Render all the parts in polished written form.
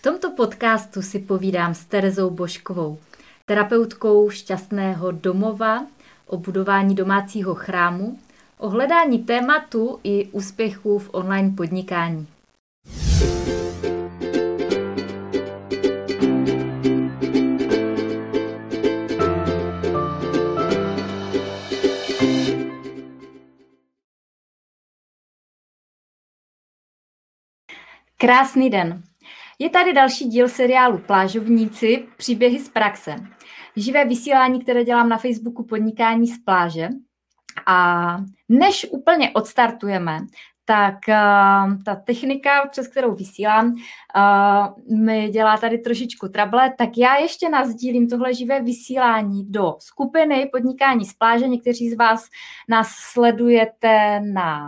tomto podcastu si povídám s Terezou Božkovou, terapeutkou šťastného domova, o budování domácího chrámu, o hledání tématu i úspěchů v online podnikání. Krásný den. Je tady další díl seriálu Plážovníci, příběhy z praxe. Živé vysílání, které dělám na Facebooku Podnikání z pláže. A než úplně odstartujeme, tak ta technika, přes kterou vysílám, mi dělá tady trošičku trable, tak já ještě nasdílím tohle živé vysílání do skupiny Podnikání z pláže. Někteří z vás nás sledujete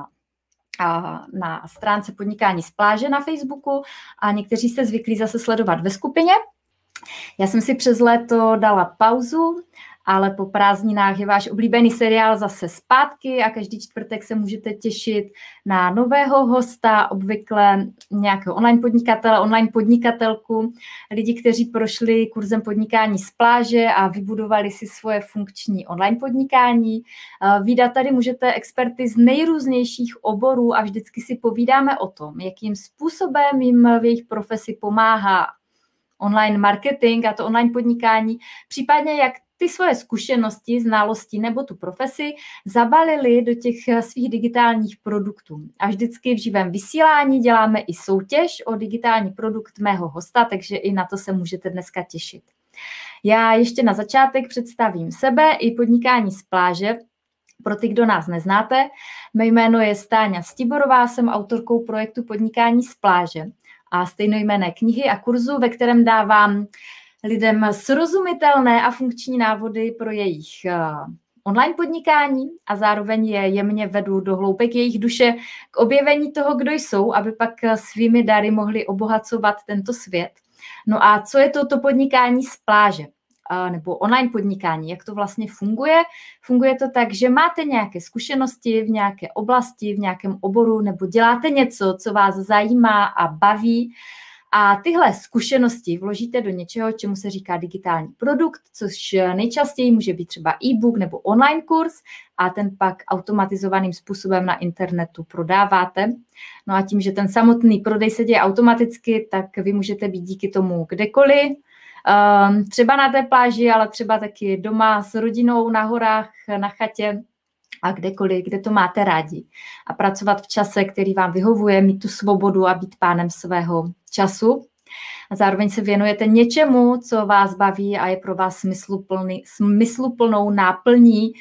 na stránce Podnikání z pláže na Facebooku a někteří jste zvyklí zase sledovat ve skupině. Já jsem si přes léto dala pauzu, ale po prázdninách je váš oblíbený seriál zase zpátky a každý čtvrtek se můžete těšit na nového hosta, obvykle nějakého online podnikatele, online podnikatelku, lidi, kteří prošli kurzem Podnikání z pláže a vybudovali si svoje funkční online podnikání. Vídat tady můžete experty z nejrůznějších oborů a vždycky si povídáme o tom, jakým způsobem jim v jejich profesi pomáhá online marketing a to online podnikání, případně jak ty svoje zkušenosti, znalosti nebo tu profesi zabalili do těch svých digitálních produktů. A vždycky v živém vysílání děláme i soutěž o digitální produkt mého hosta, takže i na to se můžete dneska těšit. Já ještě na začátek představím sebe i Podnikání z pláže. Pro ty, kdo nás neznáte, mé jméno je Stáňa Stiborová, jsem autorkou projektu Podnikání z pláže a stejnojmenné knihy a kurzu, ve kterém dávám lidem srozumitelné a funkční návody pro jejich online podnikání a zároveň je jemně vedu do hloubek jejich duše k objevení toho, kdo jsou, aby pak svými dary mohli obohacovat tento svět. No a co je to podnikání z pláže? Nebo online podnikání, jak to vlastně funguje? Funguje to tak, že máte nějaké zkušenosti v nějaké oblasti, v nějakém oboru, nebo děláte něco, co vás zajímá a baví, a tyhle zkušenosti vložíte do něčeho, čemu se říká digitální produkt, což nejčastěji může být třeba e-book nebo online kurz a ten pak automatizovaným způsobem na internetu prodáváte. No a tím, že ten samotný prodej se děje automaticky, tak vy můžete být díky tomu kdekoliv, třeba na té pláži, ale třeba taky doma s rodinou na horách, na chatě a kdekoliv, kde to máte rádi. A pracovat v čase, který vám vyhovuje, mít tu svobodu a být pánem svého času. A zároveň se věnujete něčemu, co vás baví a je pro vás smysluplnou náplní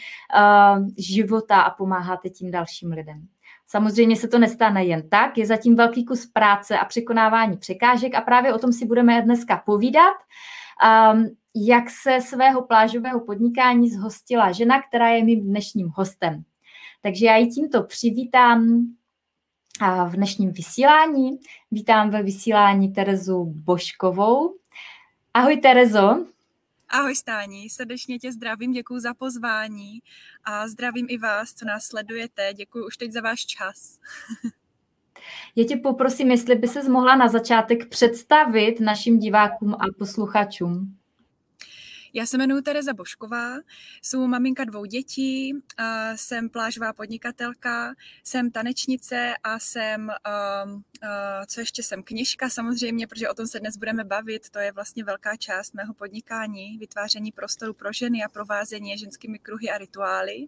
života a pomáháte tím dalším lidem. Samozřejmě se to nestane jen tak, je zatím velký kus práce a překonávání překážek a právě o tom si budeme dneska povídat, jak se svého plážového podnikání zhostila žena, která je mým dnešním hostem. Takže já ji tímto přivítám v dnešním vysílání. Vítám ve vysílání Terezu Božkovou. Ahoj Terezo. Ahoj Stáni, srdečně tě zdravím, děkuji za pozvání a zdravím i vás, co nás sledujete. Děkuji už teď za váš čas. Já tě poprosím, jestli by ses mohla na začátek představit našim divákům a posluchačům. Já se jmenuji Tereza Božková, jsem maminka 2 dětí, jsem plážová podnikatelka, jsem tanečnice a jsem, jsem kněžka samozřejmě, protože o tom se dnes budeme bavit, to je vlastně velká část mého podnikání, vytváření prostoru pro ženy a provázení ženskými kruhy a rituály.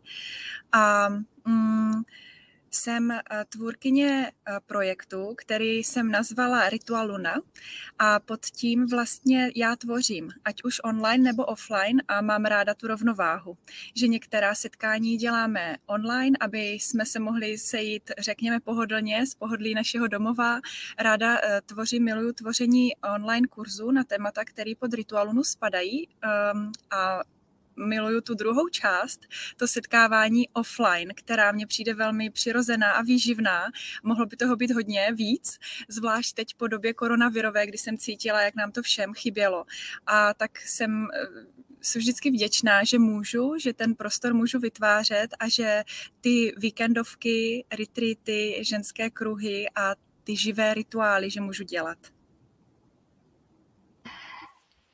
Jsem tvůrkyně projektu, který jsem nazvala Ritual Luna a pod tím vlastně já tvořím, ať už online nebo offline a mám ráda tu rovnováhu, že některá setkání děláme online, aby jsme se mohli sejít, řekněme, pohodlně z pohodlí našeho domova. Ráda miluju tvoření online kurzu na témata, které pod Ritual Lunu spadají a miluju tu druhou část, to setkávání offline, která mně přijde velmi přirozená a výživná. Mohlo by toho být hodně víc, zvlášť teď po době koronavirové, kdy jsem cítila, jak nám to všem chybělo. A tak jsem vždycky vděčná, že ten prostor můžu vytvářet a že ty víkendovky, retreaty, ženské kruhy a ty živé rituály, že můžu dělat.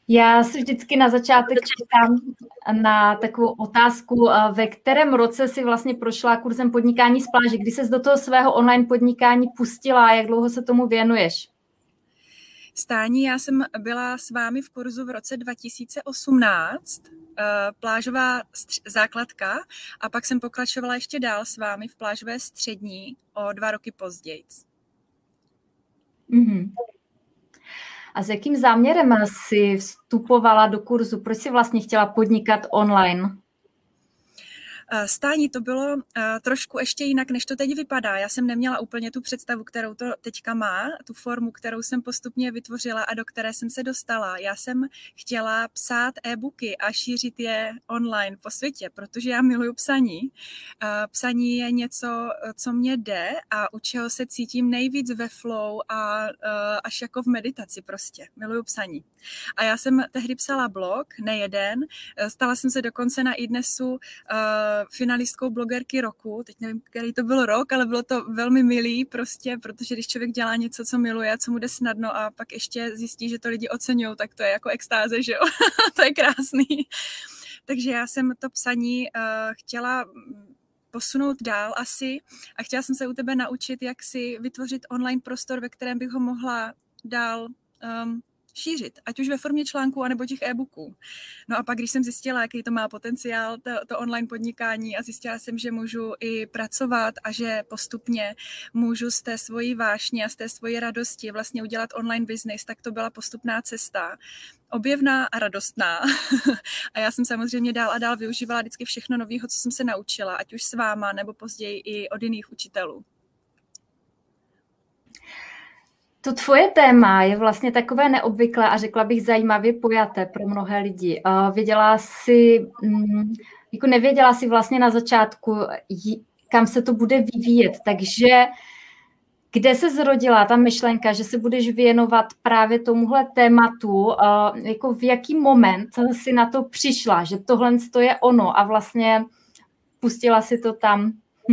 Já si vždycky na začátek ptám na takovou otázku, ve kterém roce si vlastně prošla kurzem podnikání z pláže, kdy ses do toho svého online podnikání pustila a jak dlouho se tomu věnuješ? Stání, já jsem byla s vámi v kurzu v roce 2018, plážová základka, a pak jsem pokračovala ještě dál s vámi v plážové střední o 2 roky později. Mm-hmm. A s jakým záměrem jsi vstupovala do kurzu? Proč jsi vlastně chtěla podnikat online? Stání, to bylo trošku ještě jinak, než to teď vypadá. Já jsem neměla úplně tu představu, kterou to teďka má, tu formu, kterou jsem postupně vytvořila a do které jsem se dostala. Já jsem chtěla psát e-booky a šířit je online po světě, protože já miluju psaní. Psaní je něco, co mě jde a u čeho se cítím nejvíc ve flow a až jako v meditaci prostě. Miluju psaní. A já jsem tehdy psala blog, nejeden. Stala jsem se dokonce na iDnesu finalistkou blogerky roku. Teď nevím, který to byl rok, ale bylo to velmi milý prostě, protože když člověk dělá něco, co miluje a co mu jde snadno a pak ještě zjistí, že to lidi oceňují, tak to je jako extáze, že jo? To je krásný. Takže já jsem to psaní chtěla posunout dál asi a chtěla jsem se u tebe naučit, jak si vytvořit online prostor, ve kterém bych ho mohla dál šířit, ať už ve formě článků, anebo těch e-booků. No a pak, když jsem zjistila, jaký to má potenciál, to online podnikání, a zjistila jsem, že můžu i pracovat a že postupně můžu z té svojí vášně a z té svojí radosti vlastně udělat online business, tak to byla postupná cesta. Objevná a radostná. A já jsem samozřejmě dál a dál využívala vždycky všechno nového, co jsem se naučila, ať už s váma, nebo později i od jiných učitelů. To tvoje téma je vlastně takové neobvyklé a řekla bych zajímavě pojaté pro mnohé lidi. Nevěděla si vlastně na začátku, kam se to bude vyvíjet, takže kde se zrodila ta myšlenka, že se budeš věnovat právě tomuhle tématu, jako v jaký moment si na to přišla, že tohle je ono a vlastně pustila si to tam?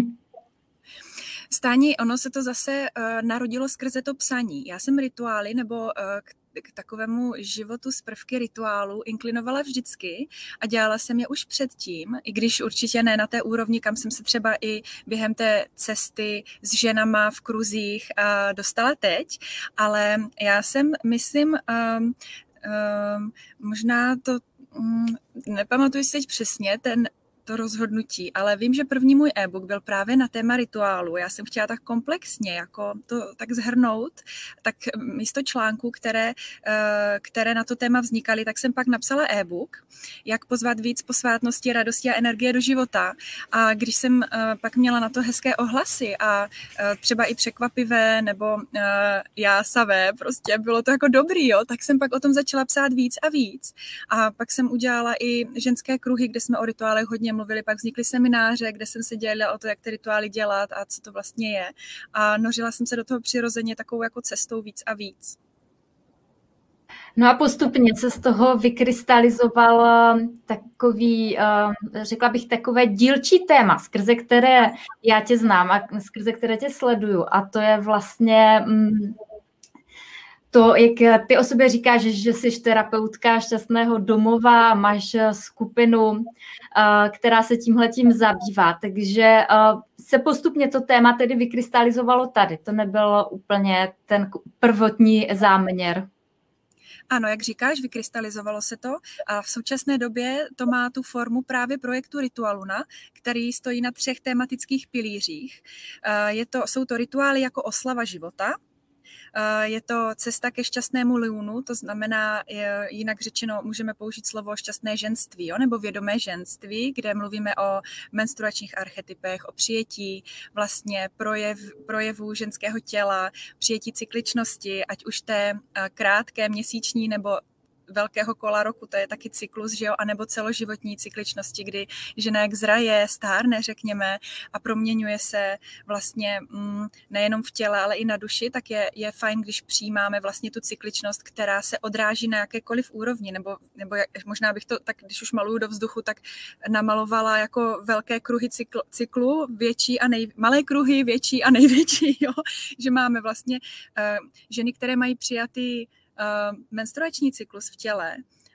Stání, ono se to zase narodilo skrze to psaní. Já jsem rituály nebo k takovému životu z prvky rituálu inklinovala vždycky a dělala jsem je už předtím, i když určitě ne na té úrovni, kam jsem se třeba i během té cesty s ženama v kruzích dostala teď, ale já jsem, myslím, možná to nepamatuji si teď přesně, to rozhodnutí, ale vím, že první můj e-book byl právě na téma rituálu. Já jsem chtěla tak komplexně jako to tak zhrnout, tak místo článků, které na to téma vznikaly, tak jsem pak napsala e-book, jak pozvat víc posvátnosti, radosti a energie do života. A když jsem pak měla na to hezké ohlasy a třeba i překvapivé nebo jásavé, prostě bylo to jako dobrý, jo, tak jsem pak o tom začala psát víc a víc. A pak jsem udělala i ženské kruhy, kde jsme o rituálech hodně mluvili, pak vznikly semináře, kde jsem se dělila o to, jak ty rituály dělat a co to vlastně je. A nořila jsem se do toho přirozeně takovou jako cestou víc a víc. No a postupně se z toho vykrystalizoval takový, řekla bych, takové dílčí téma, skrze které já tě znám a skrze které tě sleduju. A to je vlastně to, jak ty o sobě říkáš, že jsi terapeutka šťastného domova, máš skupinu, která se tímhletím zabývá. Takže se postupně to téma tedy vykrystalizovalo tady. To nebyl úplně ten prvotní záměr. Ano, jak říkáš, vykrystalizovalo se to a v současné době to má tu formu právě projektu Ritualuna, který stojí na 3 tematických pilířích. Jsou to rituály jako oslava života, je to cesta ke šťastnému liunu, to znamená, jinak řečeno, můžeme použít slovo šťastné ženství, jo, nebo vědomé ženství, kde mluvíme o menstruačních archetypech, o přijetí vlastně projevů ženského těla, přijetí cykličnosti, ať už té krátké, měsíční nebo velkého kola roku, to je taky cyklus, že jo, anebo celoživotní cykličnosti, kdy žena jak zraje, stárne, řekněme, a proměňuje se vlastně nejenom v těle, ale i na duši, tak je fajn, když přijímáme vlastně tu cykličnost, která se odráží na jakékoliv úrovni, nebo možná bych to, tak když už maluju do vzduchu, tak namalovala jako velké kruhy cyklu, větší a malé kruhy, větší a největší, jo, že máme vlastně ženy, které mají přijatý menstruační cyklus v těle,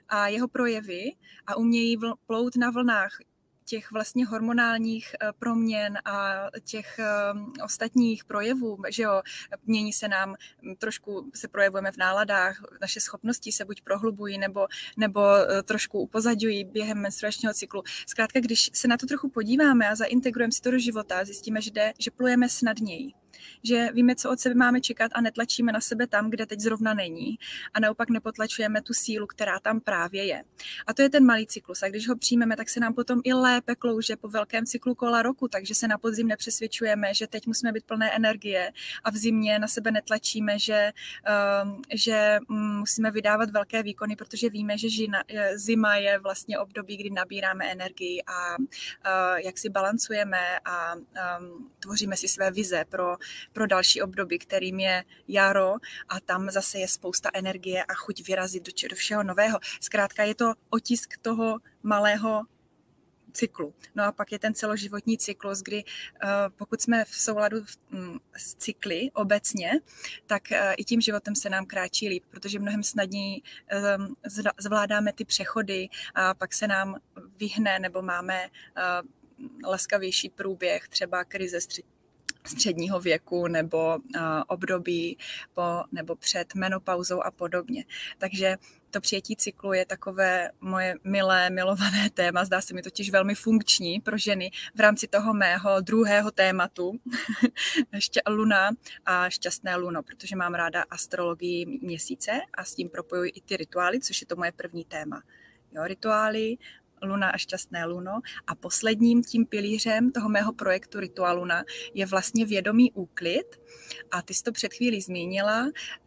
a jeho projevy a umějí plout na vlnách těch vlastně hormonálních proměn a těch ostatních projevů, že jo, mění se nám, trošku se projevujeme v náladách, naše schopnosti se buď prohlubují, nebo trošku upozaďují během menstruačního cyklu. Zkrátka, když se na to trochu podíváme a zaintegrujeme si to do života, zjistíme, že plujeme snadněji. Že víme, co od sebe máme čekat a netlačíme na sebe tam, kde teď zrovna není a naopak nepotlačujeme tu sílu, která tam právě je. A to je ten malý cyklus a když ho přijmeme, tak se nám potom i lépe klouže po velkém cyklu kola roku, takže se na podzim nepřesvědčujeme, že teď musíme být plné energie a v zimě na sebe netlačíme, že musíme vydávat velké výkony, protože víme, že zima je vlastně období, kdy nabíráme energii a jak si balancujeme a tvoříme si své vize pro další období, kterým je jaro a tam zase je spousta energie a chuť vyrazit do všeho nového. Zkrátka je to otisk toho malého cyklu. No a pak je ten celoživotní cyklus, kdy pokud jsme v souladu s cykly obecně, tak i tím životem se nám kráčí líp, protože mnohem snadněji zvládáme ty přechody a pak se nám vyhne nebo máme laskavější průběh, třeba krize středního věku nebo období nebo před menopauzou a podobně. Takže to přijetí cyklu je takové moje milované téma, zdá se mi totiž velmi funkční pro ženy v rámci toho mého druhého tématu Luna a šťastné luno, protože mám ráda astrologii měsíce a s tím propojuji i ty rituály, což je to moje první téma. Jo, rituály, Luna a šťastné luno. A posledním tím pilířem toho mého projektu Ritualuna je vlastně vědomý úklid. A ty jsi to před chvílí zmínila.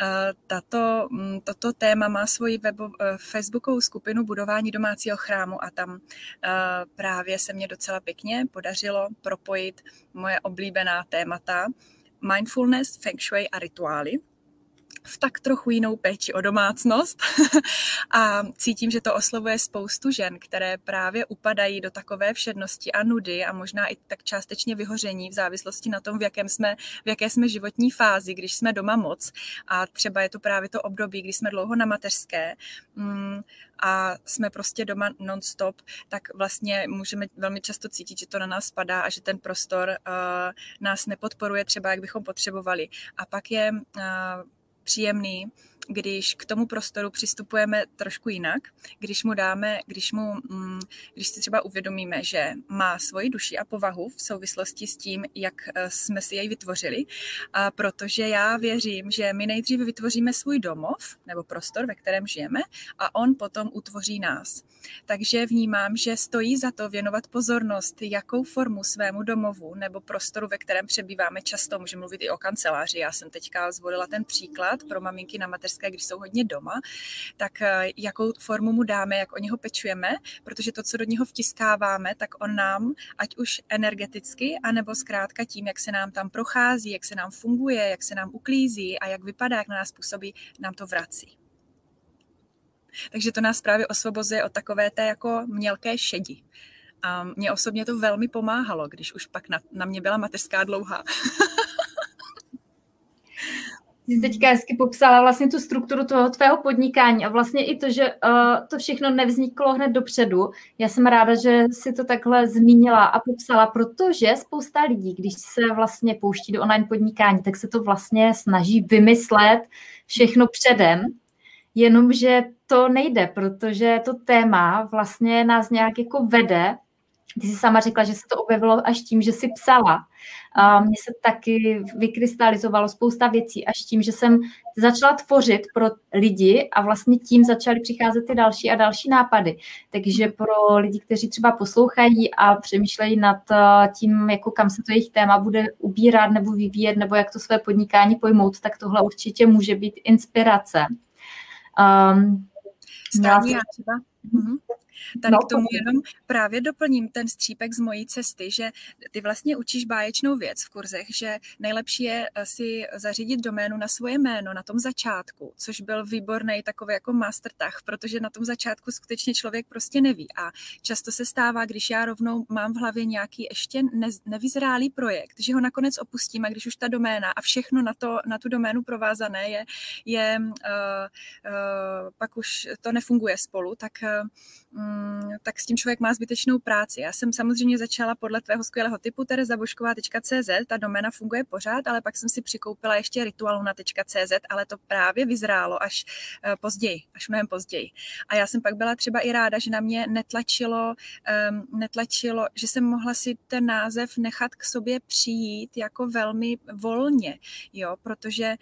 Toto téma má svoji facebookovou skupinu Budování domácího chrámu a tam právě se mě docela pěkně podařilo propojit moje oblíbená témata mindfulness, feng shui a rituály v tak trochu jinou péči o domácnost a cítím, že to oslovuje spoustu žen, které právě upadají do takové všednosti a nudy a možná i tak částečně vyhoření v závislosti na tom, v jaké jsme životní fázi, když jsme doma moc a třeba je to právě to období, kdy jsme dlouho na mateřské a jsme prostě doma non-stop, tak vlastně můžeme velmi často cítit, že to na nás spadá a že ten prostor nás nepodporuje třeba, jak bychom potřebovali. A pak je příjemný, když k tomu prostoru přistupujeme trošku jinak, když si třeba uvědomíme, že má svoji duši a povahu v souvislosti s tím, jak jsme si jej vytvořili, protože já věřím, že my nejdříve vytvoříme svůj domov nebo prostor, ve kterém žijeme a on potom utvoří nás. Takže vnímám, že stojí za to věnovat pozornost, jakou formu svému domovu nebo prostoru, ve kterém přebýváme, často můžeme mluvit i o kanceláři. Já jsem teďka zvolila ten příklad pro maminky na mateřské, když jsou hodně doma, tak jakou formu mu dáme, jak o něho pečujeme, protože to, co do něho vtiskáváme, tak on nám, ať už energeticky, anebo zkrátka tím, jak se nám tam prochází, jak se nám funguje, jak se nám uklízí a jak vypadá, jak na nás působí, nám to vrací. Takže to nás právě osvobozuje od takové té jako mělké šedi. A mně osobně to velmi pomáhalo, když už pak na mě byla mateřská dlouhá. Jsi teďka hezky popsala vlastně tu strukturu toho tvého podnikání a vlastně i to, že to všechno nevzniklo hned dopředu. Já jsem ráda, že jsi to takhle zmínila a popsala, protože spousta lidí, když se vlastně pouští do online podnikání, tak se to vlastně snaží vymyslet všechno předem, jenomže to nejde, protože to téma vlastně nás nějak jako vede. Ty jsi sama řekla, že se to objevilo až tím, že jsi psala. Mně se taky vykrystalizovalo spousta věcí až tím, že jsem začala tvořit pro lidi a vlastně tím začaly přicházet ty další a další nápady. Takže pro lidi, kteří třeba poslouchají a přemýšlejí nad tím, jako kam se to jejich téma bude ubírat nebo vyvíjet, nebo jak to své podnikání pojmout, tak tohle určitě může být inspirace. Tady k tomu jenom právě doplním ten střípek z mojí cesty, že ty vlastně učíš báječnou věc v kurzech, že nejlepší je si zařídit doménu na svoje jméno na tom začátku, což byl výborný takový jako mastertah, protože na tom začátku skutečně člověk prostě neví. A často se stává, když já rovnou mám v hlavě nějaký ještě nevyzrálý projekt, že ho nakonec opustím a když už ta doména a všechno na tu doménu provázané je pak už to nefunguje spolu, tak s tím člověk má zbytečnou práci. Já jsem samozřejmě začala podle tvého skvělého typu terezabožková.cz, ta doména funguje pořád, ale pak jsem si přikoupila ještě ritualuna.cz, ale to právě vyzrálo až mnohem později. A já jsem pak byla třeba i ráda, že na mě netlačilo, že jsem mohla si ten název nechat k sobě přijít jako velmi volně, jo, protože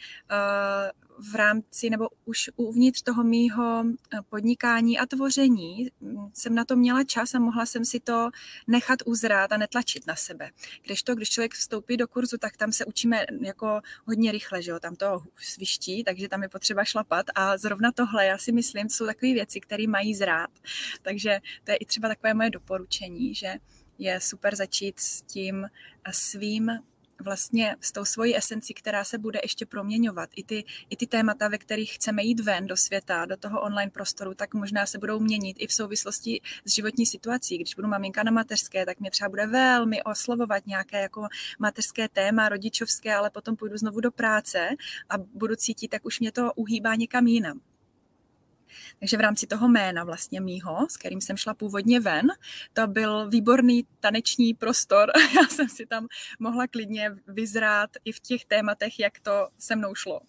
v rámci nebo už uvnitř toho mýho podnikání a tvoření jsem na to měla čas a mohla jsem si to nechat uzrát a netlačit na sebe. Když člověk vstoupí do kurzu, tak tam se učíme jako hodně rychle, že jo? Tam to sviští, takže tam je potřeba šlapat a zrovna tohle, já si myslím, jsou takové věci, které mají zrát. Takže to je i třeba takové moje doporučení, že je super začít s tím svým vlastně s tou svojí esencí, která se bude ještě proměňovat. I ty témata, ve kterých chceme jít ven do světa, do toho online prostoru, tak možná se budou měnit i v souvislosti s životní situací. Když budu maminka na mateřské, tak mě třeba bude velmi oslovovat nějaké jako mateřské téma, rodičovské, ale potom půjdu znovu do práce a budu cítit, tak už mě to uhýbá někam jinam. Takže v rámci toho jména vlastně mýho, s kterým jsem šla původně ven, to byl výborný taneční prostor. Já jsem si tam mohla klidně vyzrát i v těch tématech, jak to se mnou šlo.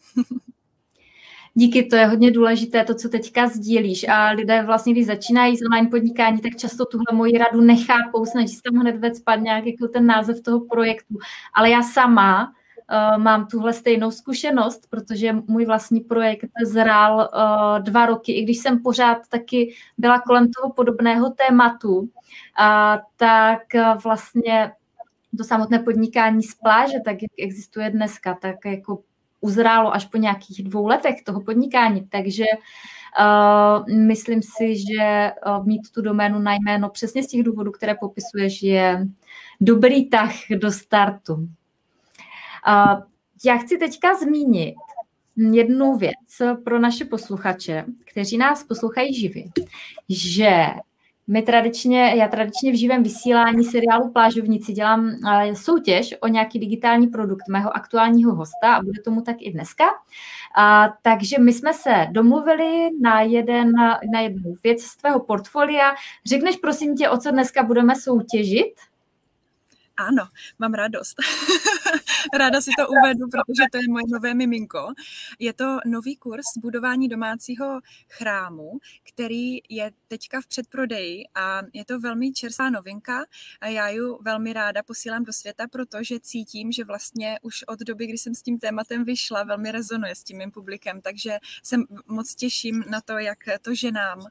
Díky, to je hodně důležité, to, co teďka sdílíš. A lidé vlastně, když začínají s online podnikání, tak často tuhle moji radu nechápou, snaží se tam hned vecpat nějak jako ten název toho projektu. Ale já sama mám tuhle stejnou zkušenost, protože můj vlastní projekt zrál 2 roky, i když jsem pořád taky byla kolem toho podobného tématu, tak vlastně to samotné podnikání z pláže, tak jak existuje dneska, tak jako uzrálo až po nějakých 2 letech toho podnikání, takže myslím si, že mít tu doménu na jméno přesně z těch důvodů, které popisuješ, je dobrý tah do startu. Já chci teďka zmínit jednu věc pro naše posluchače, kteří nás poslouchají živě, že já tradičně v živém vysílání seriálu Plážovníci dělám soutěž o nějaký digitální produkt mého aktuálního hosta a bude tomu tak i dneska. Takže my jsme se domluvili na jednu věc z tvého portfolia. Řekneš prosím tě, o co dneska budeme soutěžit? Ano, mám radost. Ráda si to uvedu, protože to je moje nové miminko. Je to nový kurz budování domácího chrámu, který je teďka v předprodeji a je to velmi čerstvá novinka a já ji velmi ráda posílám do světa, protože cítím, že vlastně už od doby, kdy jsem s tím tématem vyšla, velmi rezonuje s tím mým publikem, takže se moc těším na to, jak to ženám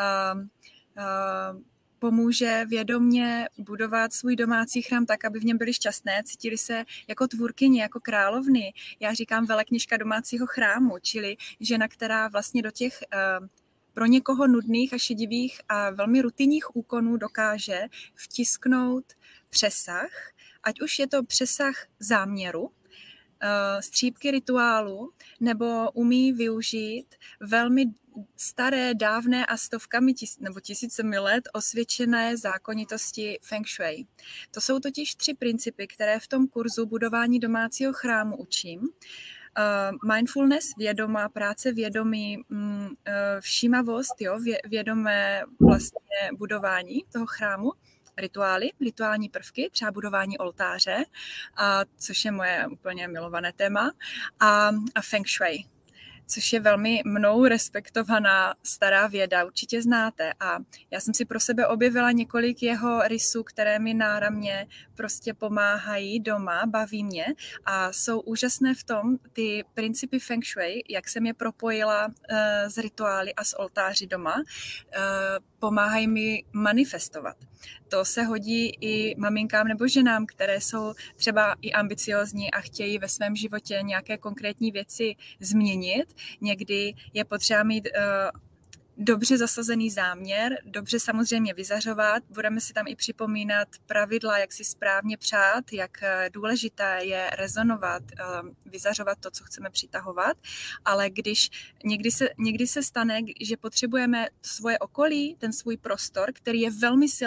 pomůže vědomě budovat svůj domácí chrám tak, aby v něm byli šťastné, cítili se jako tvůrkyně, jako královny. Já říkám velekněžka domácího chrámu, čili žena, která vlastně do těch pro někoho nudných a šedivých a velmi rutinních úkonů dokáže vtisknout přesah, ať už je to přesah záměru, střípky rituálu, nebo umí využít velmi staré, dávné a stovkami nebo tisícemi let osvědčené zákonitosti Feng Shui. To jsou totiž 3 principy, které v tom kurzu budování domácího chrámu učím. Mindfulness, vědomá práce, vědomí, všímavost, jo, vědomé vlastně budování toho chrámu, rituální prvky, třeba budování oltáře, což je moje úplně milované téma, a Feng Shui, což je velmi mnou respektovaná stará věda, určitě znáte. A já jsem si pro sebe objevila několik jeho rysů, které mi náramně prostě pomáhají doma, baví mě a jsou úžasné v tom ty principy Feng Shui, jak jsem je propojila s rituály a s oltáři doma, pomáhají mi manifestovat. To se hodí i maminkám nebo ženám, které jsou třeba i ambiciozní a chtějí ve svém životě nějaké konkrétní věci změnit. Někdy je potřeba mít dobře zasazený záměr, dobře samozřejmě vyzařovat, budeme si tam i připomínat pravidla, jak si správně přát, jak důležité je rezonovat, vyzařovat to, co chceme přitahovat, ale když někdy se stane, že potřebujeme svoje okolí, ten svůj prostor, který je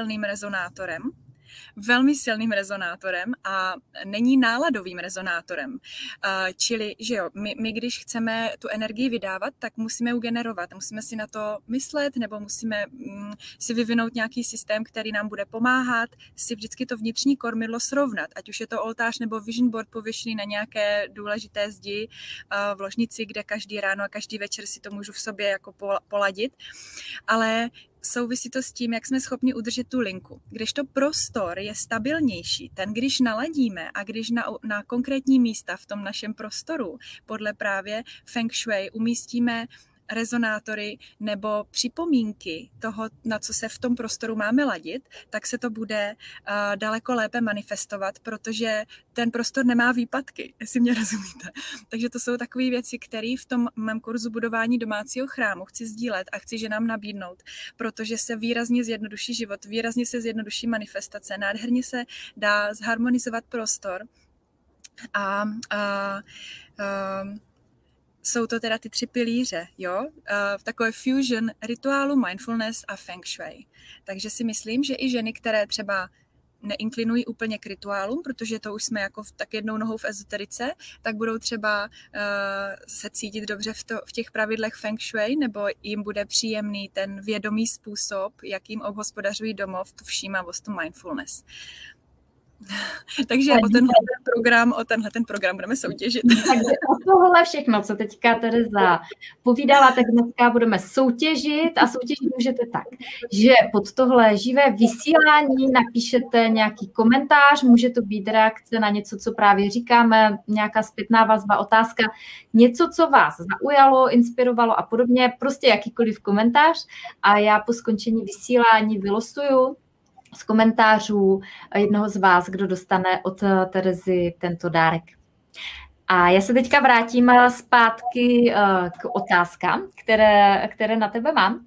velmi silným rezonátorem a není náladovým rezonátorem. Čili, že jo, my když chceme tu energii vydávat, tak musíme ji generovat, musíme si na to myslet, nebo musíme si vyvinout nějaký systém, který nám bude pomáhat, si vždycky to vnitřní kormidlo srovnat, ať už je to oltář nebo vision board pověšený na nějaké důležité zdi v ložnici, kde každý ráno a každý večer si to můžu v sobě jako poladit, ale souvisí to s tím, jak jsme schopni udržet tu linku. Když to prostor je stabilnější, když naladíme a když na konkrétní místa v tom našem prostoru podle právě Feng Shui umístíme rezonátory nebo připomínky toho, na co se v tom prostoru máme ladit, tak se to bude daleko lépe manifestovat, protože ten prostor nemá výpadky, jestli mě rozumíte. Takže to jsou takové věci, které v tom mém kurzu budování domácího chrámu chci sdílet a chci ženám nabídnout, protože se výrazně zjednoduší život, výrazně se zjednoduší manifestace, nádherně se dá zharmonizovat prostor a jsou to teda ty 3 pilíře, jo? V takové fusion rituálu, mindfulness a feng shui. Takže si myslím, že i ženy, které třeba neinklinují úplně k rituálům, protože to už jsme jako tak jednou nohou v ezoterice, tak budou třeba se cítit dobře v těch pravidlech feng shui, nebo jim bude příjemný ten vědomý způsob, jakým obhospodařují domov, tu všímavost, tu mindfulness. Takže o tenhle program budeme soutěžit. Takže o tohle všechno, co teďka Tereza povídala, tak dneska budeme soutěžit a soutěžit můžete tak, že pod tohle živé vysílání napíšete nějaký komentář, může to být reakce na něco, co právě říkáme, nějaká zpětná vazba, otázka, něco, co vás zaujalo, inspirovalo a podobně, prostě jakýkoliv komentář a já po skončení vysílání vylosuju z komentářů jednoho z vás, kdo dostane od Terezy tento dárek. A já se teďka vrátím zpátky k otázkám, které na tebe mám.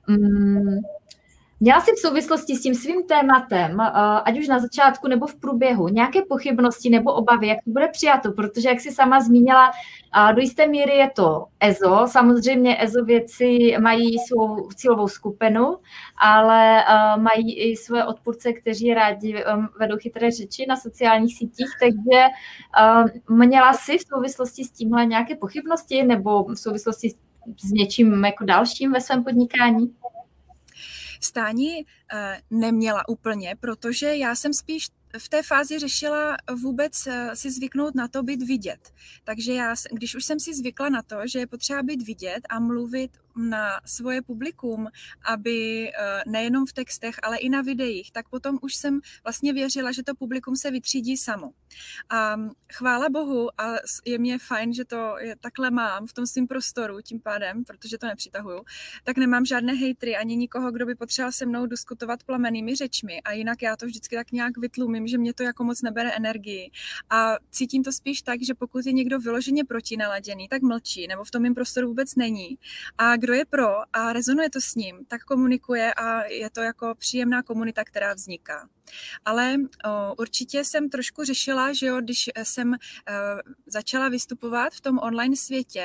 Měla jsi v souvislosti s tím svým tématem, ať už na začátku nebo v průběhu, nějaké pochybnosti nebo obavy, jak to bude přijato, protože jak jsi sama zmínila, do jisté míry je to EZO, samozřejmě EZO věci mají svou cílovou skupinu, ale mají i své odpůrce, kteří rádi vedou chytré řeči na sociálních sítích, takže měla jsi v souvislosti s tímhle nějaké pochybnosti nebo v souvislosti s něčím jako dalším ve svém podnikání? Stání neměla úplně, protože já jsem spíš v té fázi řešila vůbec si zvyknout na to být vidět. Takže když už jsem si zvykla na to, že je potřeba být vidět a mluvit na svoje publikum, aby nejenom v textech, ale i na videích, tak potom už jsem vlastně věřila, že to publikum se vytřídí samo. A chvála Bohu, a je mě fajn, že to takhle mám v tom svým prostoru, tím pádem, protože to nepřitahuju, tak nemám žádné hejtry ani nikoho, kdo by potřeboval se mnou diskutovat plamenými řečmi. A jinak já to vždycky tak nějak vytlumím, že mě to jako moc nebere energii. A cítím to spíš tak, že pokud je někdo vyloženě protinaladěný, tak mlčí, nebo v tom mým prostoru vůbec není. A kdo je pro a rezonuje to s ním, tak komunikuje a je to jako příjemná komunita, která vzniká. Ale určitě jsem trošku řešila, že jo, když jsem začala vystupovat v tom online světě,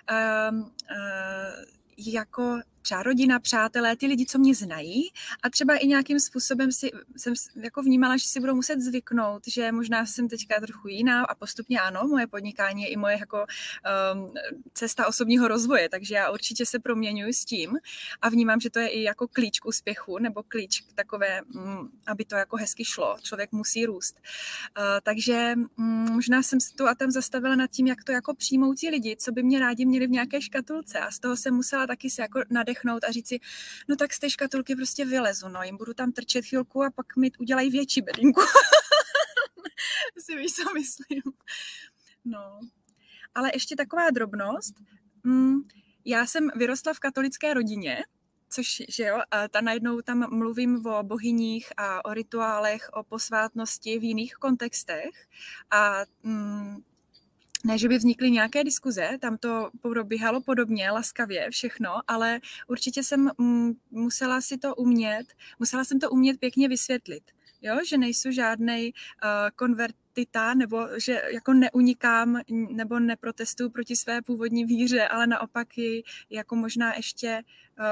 jako třeba rodina, přátelé, ty lidi, co mě znají a třeba i nějakým způsobem jsem jako vnímala, že si budou muset zvyknout, že možná jsem teďka trochu jiná a postupně ano, moje podnikání je i moje jako cesta osobního rozvoje, takže já určitě se proměňuji s tím a vnímám, že to je i jako klíč k úspěchu nebo klíč k takové, aby to jako hezky šlo, člověk musí růst. Takže možná jsem se tu a tam zastavila nad tím, jak to jako přijmou ti lidi, co by mě rádi měli v nějaké škatulce a z toho jsem musela taky se jako nadechnout a říct si, no tak z té škatulky prostě vylezu, no, jim budu tam trčet chvilku a pak mi udělají větší bedínku. Si víš, co myslím. No. Ale ještě taková drobnost. Já jsem vyrostla v katolické rodině, což, že jo, ta najednou tam mluvím o bohyních a o rituálech, o posvátnosti v jiných kontextech a Ne, že by vznikly nějaké diskuze, tam to probíhalo podobně, laskavě, všechno, ale určitě jsem musela jsem to umět pěkně vysvětlit, jo? Že nejsou žádnej konvertita, nebo že jako neunikám nebo neprotestuju proti své původní víře, ale naopak ji jako možná ještě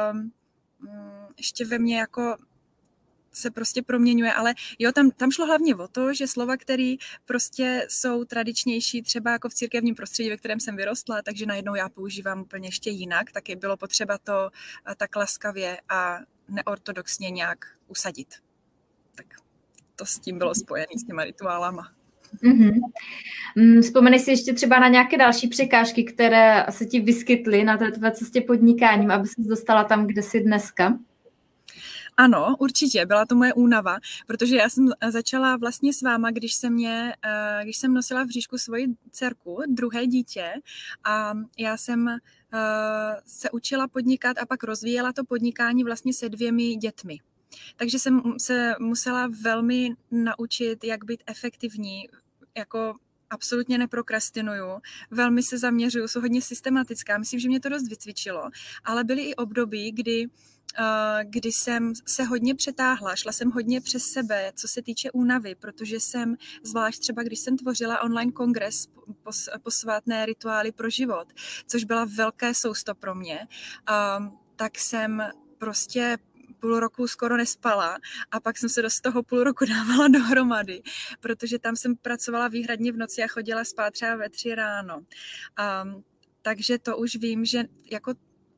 ve mně jako se prostě proměňuje, ale jo, tam šlo hlavně o to, že slova, které prostě jsou tradičnější, třeba jako v církevním prostředí, ve kterém jsem vyrostla, takže najednou já používám úplně ještě jinak, taky bylo potřeba to tak laskavě a neortodoxně nějak usadit. Tak to s tím bylo spojené, s těma rituálama. Vzpomeneš si ještě třeba na nějaké další překážky, které se ti vyskytly na té tvé cestě podnikáním, aby ses dostala tam, kde jsi dneska? Ano, určitě, byla to moje únava, protože já jsem začala vlastně s váma, když jsem nosila v bříšku svoji dcerku, druhé dítě, a já jsem se učila podnikat a pak rozvíjela to podnikání vlastně se 2 dětmi. Takže jsem se musela velmi naučit, jak být efektivní, jako absolutně neprokrastinuju, velmi se zaměřuju, jsou hodně systematická, myslím, že mě to dost vycvičilo, ale byly i období, kdy jsem se hodně přetáhla, šla jsem hodně přes sebe, co se týče únavy, protože jsem, zvlášť třeba když jsem tvořila online kongres posvátné rituály pro život, což byla velké sousto pro mě, tak jsem prostě půl roku skoro nespala a pak jsem se do toho půl roku dávala dohromady, protože tam jsem pracovala výhradně v noci a chodila spát třeba ve 3 ráno. Takže to už vím, že jako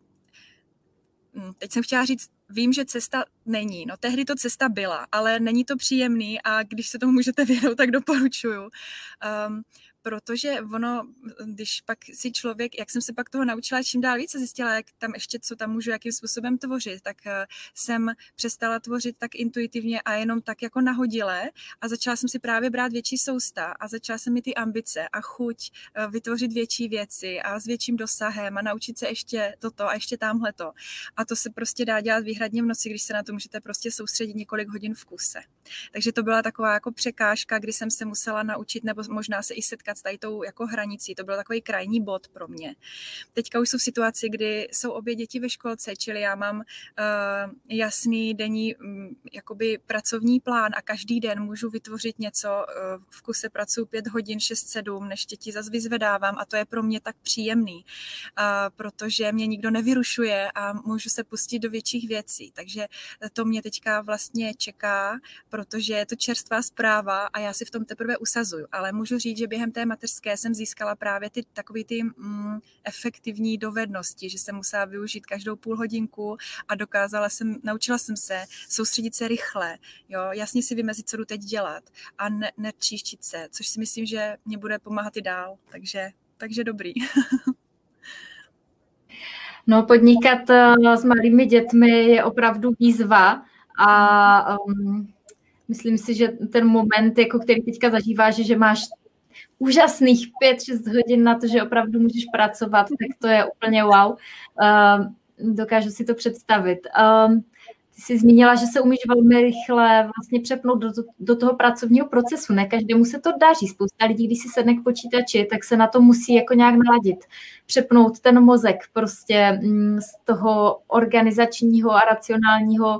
teď jsem chtěla říct, vím, že cesta není. No tehdy to cesta byla, ale není to příjemný a když se tomu můžete věnout, tak doporučuju. Protože ono, když pak si člověk, jak jsem se pak toho naučila, čím dál více zjistila, jak tam ještě, co tam můžu, jakým způsobem tvořit, tak jsem přestala tvořit tak intuitivně a jenom tak jako nahodile a začala jsem si právě brát větší sousta a začala jsem mít ty ambice a chuť vytvořit větší věci a s větším dosahem a naučit se ještě toto a ještě támhleto. A to se prostě dá dělat výhradně v noci, když se na to můžete prostě soustředit několik hodin v kuse. Takže to byla taková jako překážka, kdy jsem se musela naučit, nebo možná se i setkat s tady tou jako hranicí. To byl takový krajní bod pro mě. Teďka už jsou v situaci, kdy jsou obě děti ve školce, čili já mám jasný denní jakoby pracovní plán a každý den můžu vytvořit něco. V kuse pracuji 5 hodin, 6-7, než děti zase vyzvedávám a to je pro mě tak příjemný, protože mě nikdo nevyrušuje a můžu se pustit do větších věcí. Takže to mě teďka vlastně čeká, protože je to čerstvá zpráva a já si v tom teprve usazuju. Ale můžu říct, že během té mateřské jsem získala právě takový ty efektivní dovednosti, že jsem musela využít každou půl hodinku a naučila jsem se soustředit se rychle, jo, jasně si vymezit, co jdu teď dělat a netříštit se, což si myslím, že mě bude pomáhat i dál, takže dobrý. No, podnikat s malými dětmi je opravdu výzva a myslím si, že ten moment, jako který teďka zažíváš, že máš úžasných 5-6 hodin na to, že opravdu můžeš pracovat, tak to je úplně wow. Dokážu si to představit. Ty jsi zmínila, že se umíš velmi rychle vlastně přepnout do toho pracovního procesu. Ne každému se to daří. Spousta lidí, když si sedne k počítači, tak se na to musí jako nějak naladit. Přepnout ten mozek prostě z toho organizačního a racionálního,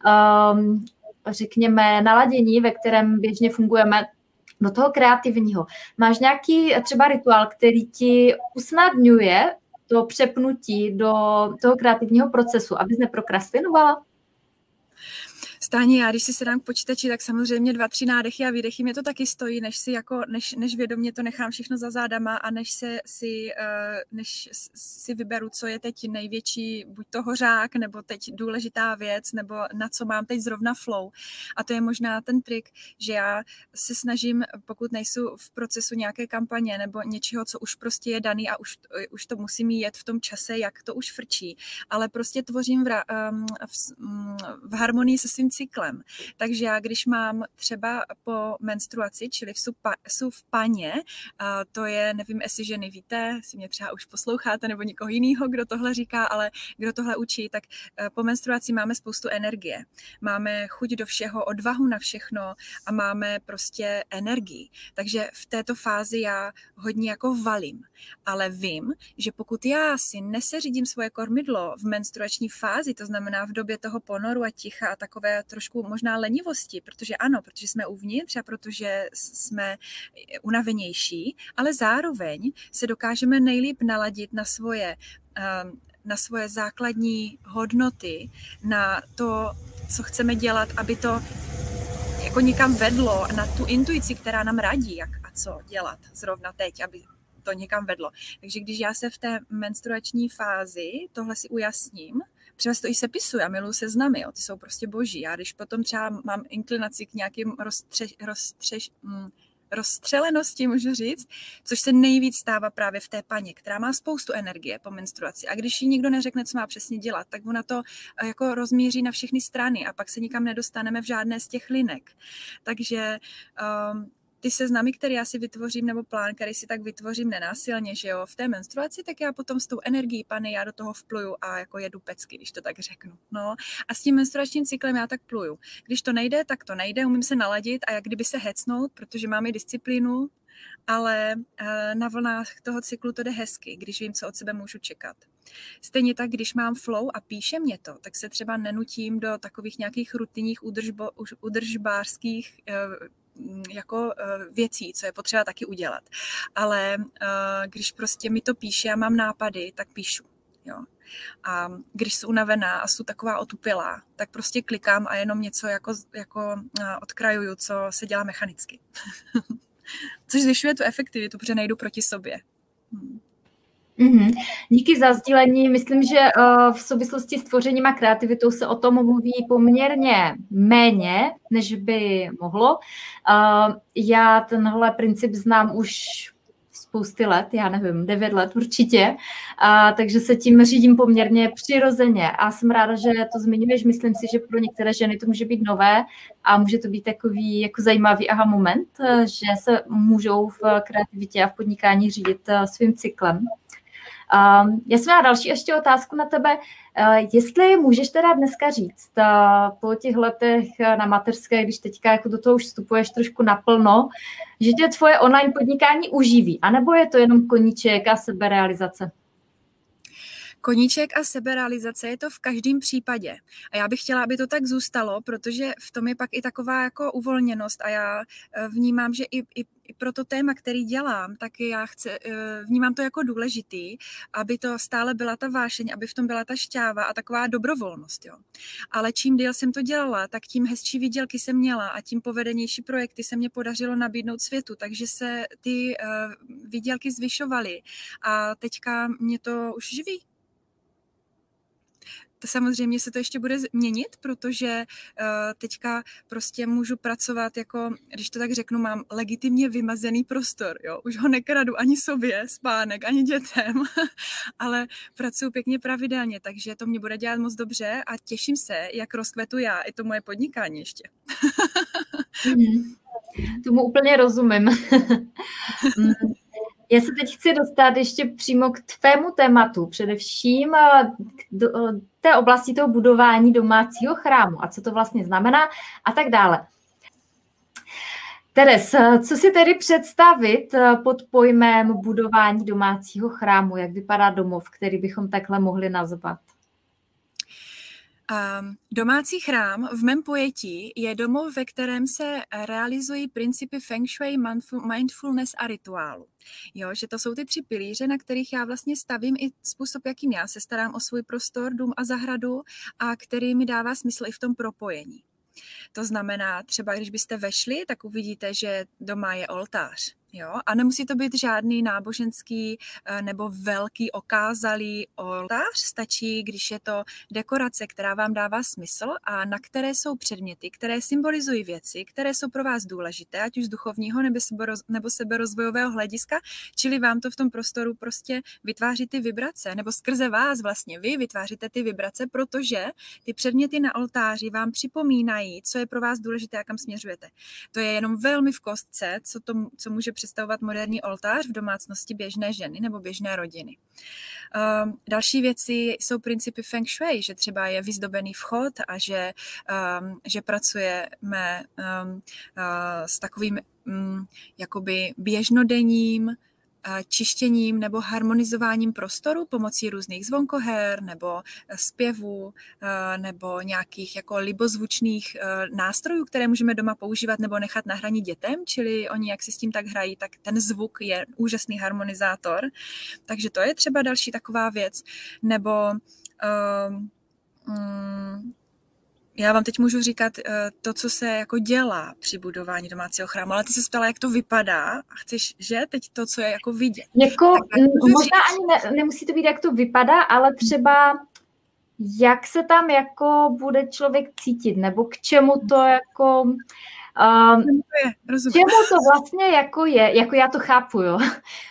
řekněme, naladění, ve kterém běžně fungujeme, do toho kreativního. Máš nějaký třeba rituál, který ti usnadňuje to přepnutí do toho kreativního procesu, abys neprokrastinovala? Stejně já, když si sedám k počítači, tak samozřejmě 2-3 nádechy a výdechy mě to taky stojí, než vědomě to nechám všechno za zádama a než si vyberu, co je teď největší, buď to hořák, nebo teď důležitá věc, nebo na co mám teď zrovna flow. A to je možná ten trik, že já se snažím, pokud nejsou v procesu nějaké kampaně nebo něčeho, co už prostě je daný a už to musím jet v tom čase, jak to už frčí, ale prostě tvořím v harmonii se svým cyklem. Takže já, když mám třeba po menstruaci, čili v paně, to je, nevím, jestli ženy víte, jestli mě třeba už posloucháte, nebo někoho jiného, kdo tohle říká, ale kdo tohle učí, tak po menstruaci máme spoustu energie. Máme chuť do všeho, odvahu na všechno a máme prostě energii. Takže v této fázi já hodně jako valím. Ale vím, že pokud já si neseřídím svoje kormidlo v menstruační fázi, to znamená v době toho ponoru a ticha a takové trošku možná lenivosti, protože jsme uvnitř a protože jsme unavenější, ale zároveň se dokážeme nejlíp naladit na svoje základní hodnoty, na to, co chceme dělat, aby to jako někam vedlo, na tu intuici, která nám radí, jak a co dělat zrovna teď, aby to někam vedlo. Takže když já se v té menstruační fázi tohle si ujasním, třeba to i sepisuju, já miluji seznamy, ty jsou prostě boží. Já když potom třeba mám inklinaci k nějakým rozstřelenosti, můžu říct, což se nejvíc stává právě v té paně, která má spoustu energie po menstruaci. A když jí nikdo neřekne, co má přesně dělat, tak ona to jako rozmíří na všechny strany a pak se nikam nedostaneme v žádné z těch linek. Takže ty seznamy, které já si vytvořím, nebo plán, který si tak vytvořím nenásilně, že jo, v té menstruaci, tak já potom s tou energií pany, já do toho vpluju a jako jedu pecky, když to tak řeknu. No. A s tím menstruačním cyklem já tak pluju. Když to nejde, tak to nejde, umím se naladit a jak kdyby se hecnout, protože mám i disciplínu, ale na vlnách toho cyklu to jde hezky, když vím, co od sebe můžu čekat. Stejně tak, když mám flow a píše mě to, tak se třeba nenutím do takových nějakých rutinních udržbářských jako věcí, co je potřeba taky udělat. Ale když prostě mi to píše a mám nápady, tak píšu. Jo. A když jsem unavená a jsem taková otupělá, tak prostě klikám a jenom něco jako odkrajuju, co se dělá mechanicky. Což zvyšuje tu efektivitu, protože nejdu proti sobě. Mm-hmm. Díky za sdílení. Myslím, že v souvislosti s tvořením a kreativitou se o tom mluví poměrně méně, než by mohlo. Já tenhle princip znám už spousty let, já nevím, 9 let určitě, takže se tím řídím poměrně přirozeně a jsem ráda, že to zmiňuješ. Myslím si, že pro některé ženy to může být nové a může to být takový jako zajímavý aha moment, že se můžou v kreativitě a v podnikání řídit svým cyklem. Já jsem měla další ještě otázku na tebe. Jestli můžeš teda dneska říct po těch letech na mateřské, když teďka jako do toho už vstupuješ trošku naplno, že tě tvoje online podnikání uživí, anebo je to jenom koníček a seberealizace? Koníček a seberealizace je to v každém případě. A já bych chtěla, aby to tak zůstalo, protože v tom je pak i taková jako uvolněnost a já vnímám, že i pro to téma, který dělám, tak vnímám to jako důležitý, aby to stále byla ta vášeň, aby v tom byla ta šťáva a taková dobrovolnost. Jo. Ale čím déle jsem to dělala, tak tím hezčí výdělky jsem měla a tím povedenější projekty se mě podařilo nabídnout světu, takže se ty výdělky zvyšovaly a teďka mě to už živí. Samozřejmě se to ještě bude měnit, protože teďka prostě můžu pracovat jako, když to tak řeknu, mám legitimně vymazený prostor. Jo? Už ho nekradu ani sobě, spánek, ani dětem, ale pracuji pěkně pravidelně, takže to mě bude dělat moc dobře a těším se, jak rozkvetu já i to moje podnikání ještě. Tomu úplně rozumím. Já se teď chci dostat ještě přímo k tvému tématu, především k té oblasti toho budování domácího chrámu a co to vlastně znamená a tak dále. Teres, co si tedy představit pod pojmem budování domácího chrámu? Jak vypadá domov, který bychom takhle mohli nazvat? Domácí chrám v mém pojetí je domov, ve kterém se realizují principy feng shui, mindfulness a rituálu. Jo, že to jsou ty 3 pilíře, na kterých já vlastně stavím i způsob, jakým já se starám o svůj prostor, dům a zahradu a který mi dává smysl i v tom propojení. To znamená, třeba když byste vešli, tak uvidíte, že doma je oltář. Jo? A nemusí to být žádný náboženský nebo velký okázalý oltář, stačí, když je to dekorace, která vám dává smysl a na které jsou předměty, které symbolizují věci, které jsou pro vás důležité, ať už z duchovního nebo seberozvojového hlediska, čili vám to v tom prostoru prostě vytváří ty vibrace, nebo skrze vás vlastně vy vytváříte ty vibrace, protože ty předměty na oltáři vám připomínají, co je pro vás důležité a kam směřujete. To je jenom velmi v kostce, co může představovat moderní oltář v domácnosti běžné ženy nebo běžné rodiny. Další věci jsou principy feng shui, že třeba je vyzdobený vchod a že pracujeme s takovým jakoby běžnodenním čištěním nebo harmonizováním prostoru pomocí různých zvonkoher nebo zpěvů nebo nějakých jako libozvučných nástrojů, které můžeme doma používat nebo nechat na hraní dětem, čili oni jak si s tím tak hrají, tak ten zvuk je úžasný harmonizátor. Takže to je třeba další taková věc. Nebo já vám teď můžu říkat to, co se jako dělá při budování domácího chrámu, ale ty se ptala, jak to vypadá a chceš, že teď to, co je jako vidět. Možná ani nemusí to být, jak to vypadá, ale třeba jak se tam jako bude člověk cítit, nebo k čemu to jako... čemu to vlastně jako je, jako já to chápu, jo.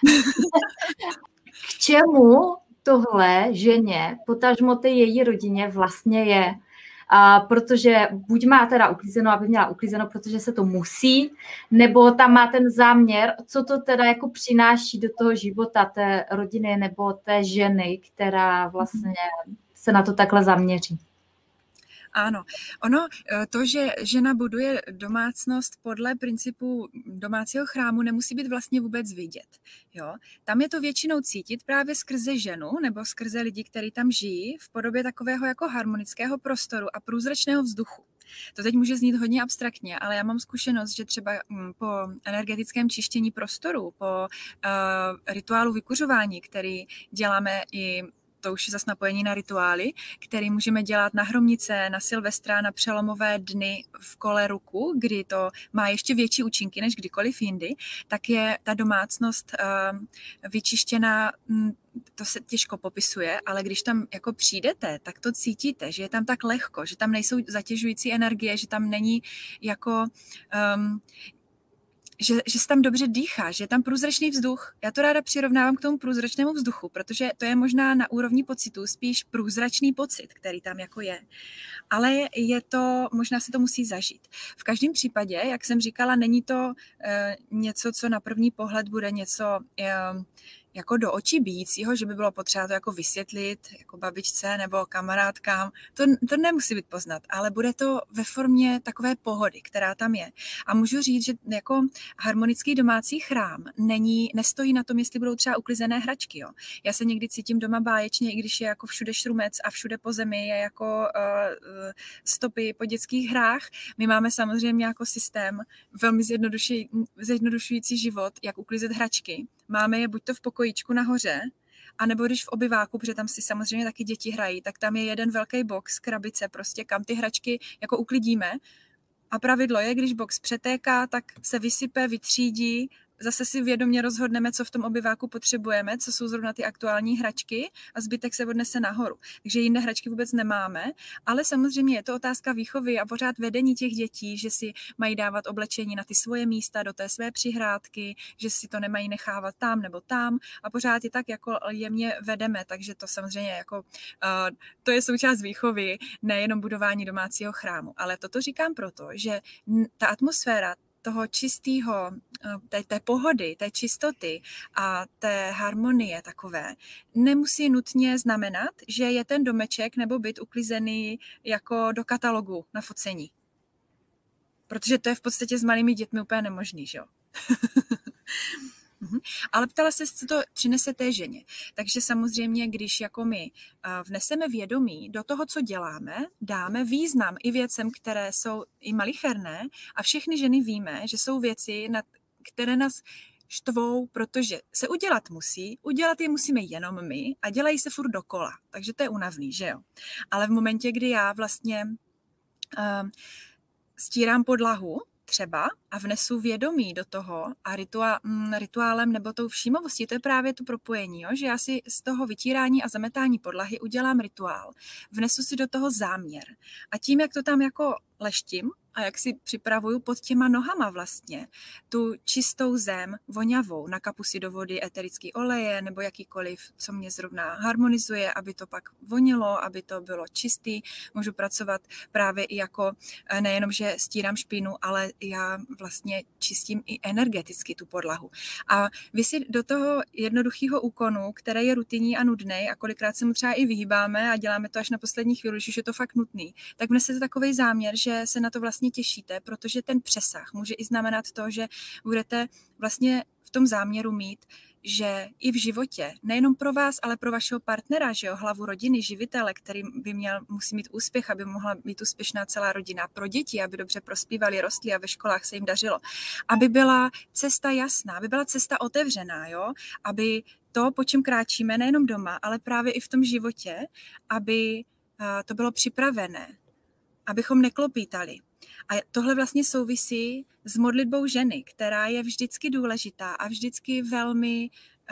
K čemu tohle ženě, potažmo té její rodině vlastně je. Protože buď má teda uklízeno, aby měla uklízeno, protože se to musí, nebo tam má ten záměr, co to teda jako přináší do toho života té rodiny nebo té ženy, která vlastně se na to takhle zaměří. Ano, to, že žena buduje domácnost podle principu domácího chrámu, nemusí být vlastně vůbec vidět. Jo? Tam je to většinou cítit právě skrze ženu nebo skrze lidi, kteří tam žijí v podobě takového jako harmonického prostoru a průzračného vzduchu. To teď může znít hodně abstraktně, ale já mám zkušenost, že třeba po energetickém čištění prostoru, po rituálu vykuřování, který děláme i to už je zase napojení na rituály, který můžeme dělat na Hromnice, na Silvestra, na přelomové dny v kole roku, kdy to má ještě větší účinky než kdykoliv jindy, tak je ta domácnost vyčištěná, to se těžko popisuje, ale když tam jako přijdete, tak to cítíte, že je tam tak lehko, že tam nejsou zatěžující energie, že tam není jako... Že se tam dobře dýchá, že je tam průzračný vzduch. Já to ráda přirovnávám k tomu průzračnému vzduchu, protože to je možná na úrovni pocitu spíš průzračný pocit, který tam jako je. Ale je to, možná se to musí zažít. V každém případě, jak jsem říkala, není to něco, co na první pohled bude něco jako do očí bijícího, že by bylo potřeba to jako vysvětlit jako babičce nebo kamarádkám. To nemusí být poznat, ale bude to ve formě takové pohody, která tam je. A můžu říct, že jako harmonický domácí chrám nestojí na tom, jestli budou třeba uklizené hračky. Jo. Já se někdy cítím doma báječně, i když je jako všude šrumec a všude po zemi je jako stopy po dětských hrách. My máme samozřejmě jako systém velmi zjednodušující život, jak uklízet hračky. Máme je buď to v pokojíčku nahoře, anebo když v obyváku, protože tam si samozřejmě taky děti hrají, tak tam je jeden velký box, krabice prostě, kam ty hračky jako uklidíme. A pravidlo je, když box přetéká, tak se vysype, vytřídí, zase si vědomě rozhodneme, co v tom obyváku potřebujeme, co jsou zrovna ty aktuální hračky a zbytek se odnese nahoru. Takže jiné hračky vůbec nemáme, ale samozřejmě je to otázka výchovy a pořád vedení těch dětí, že si mají dávat oblečení na ty svoje místa, do té své přihrádky, že si to nemají nechávat tam nebo tam a pořád je tak jako jemně vedeme, takže to samozřejmě jako to je součást výchovy, nejenom budování domácího chrámu, ale toto říkám proto, že ta atmosféra toho čistého, té pohody, té čistoty a té harmonie takové, nemusí nutně znamenat, že je ten domeček nebo byt uklizený jako do katalogu na focení. Protože to je v podstatě s malými dětmi úplně nemožný, že jo? Ale ptala se, co to přinese té ženě. Takže samozřejmě, když jako my vneseme vědomí do toho, co děláme, dáme význam i věcem, které jsou i malicherné a všechny ženy víme, že jsou věci, které nás štvou, protože se udělat musí, udělat je musíme jenom my a dělají se furt dokola. Takže to je únavný, že jo? Ale v momentě, kdy já vlastně stírám podlahu, třeba a vnesu vědomí do toho a rituálem nebo tou všímavostí, to je právě to propojení, jo? Že já si z toho vytírání a zametání podlahy udělám rituál, vnesu si do toho záměr a tím, jak to tam jako leštím a jak si připravuju pod těma nohama vlastně tu čistou zem voňavou, nakapu si do vody eterický oleje nebo jakýkoliv, co mě zrovna harmonizuje, aby to pak vonilo, aby to bylo čistý. Můžu pracovat právě i jako nejenom, že stírám špínu, ale já vlastně čistím i energeticky tu podlahu. A vy si do toho jednoduchého úkonu, které je rutinní a nudný a kolikrát se mu třeba i vyhýbáme a děláme to až na poslední chvíli, že už je to fakt nutný, tak vnesete takovej záměr, že se na to vlastně těšíte, protože ten přesah může i znamenat to, že budete vlastně v tom záměru mít, že i v životě, nejenom pro vás, ale pro vašeho partnera, že jo, hlavu rodiny, živitele, který musí mít úspěch, aby mohla být úspěšná celá rodina, pro děti, aby dobře prospívali, rostli a ve školách se jim dařilo, aby byla cesta jasná, aby byla cesta otevřená, jo, aby to, po čem kráčíme, nejenom doma, ale právě i v tom životě, aby to bylo připravené, abychom neklopítali. A tohle vlastně souvisí s modlitbou ženy, která je vždycky důležitá a vždycky velmi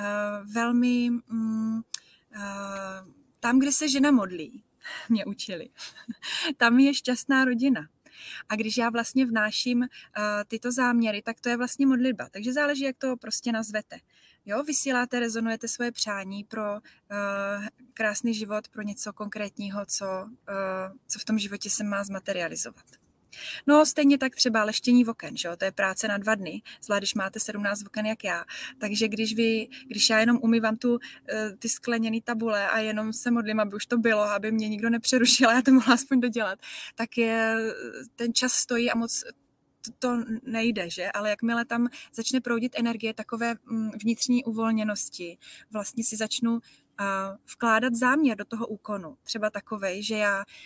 tam, kde se žena modlí, mě učili, tam je šťastná rodina. A když já vlastně vnáším tyto záměry, tak to je vlastně modlitba. Takže záleží, jak to prostě nazvete. Jo, vysíláte, rezonujete svoje přání pro krásný život, pro něco konkrétního, co v tom životě se má zmaterializovat. No stejně tak třeba leštění oken, že jo? To je práce na 2 dny, zvlášť když máte 17 oken jak já. Takže když já jenom umývám ty skleněné tabule a jenom se modlím, aby už to bylo, aby mě nikdo nepřerušil a já to mohla aspoň dodělat, tak ten čas stojí a moc to nejde, že? Ale jakmile tam začne proudit energie takové vnitřní uvolněnosti, vlastně si začnu vkládat záměr do toho úkonu. Třeba takovej, že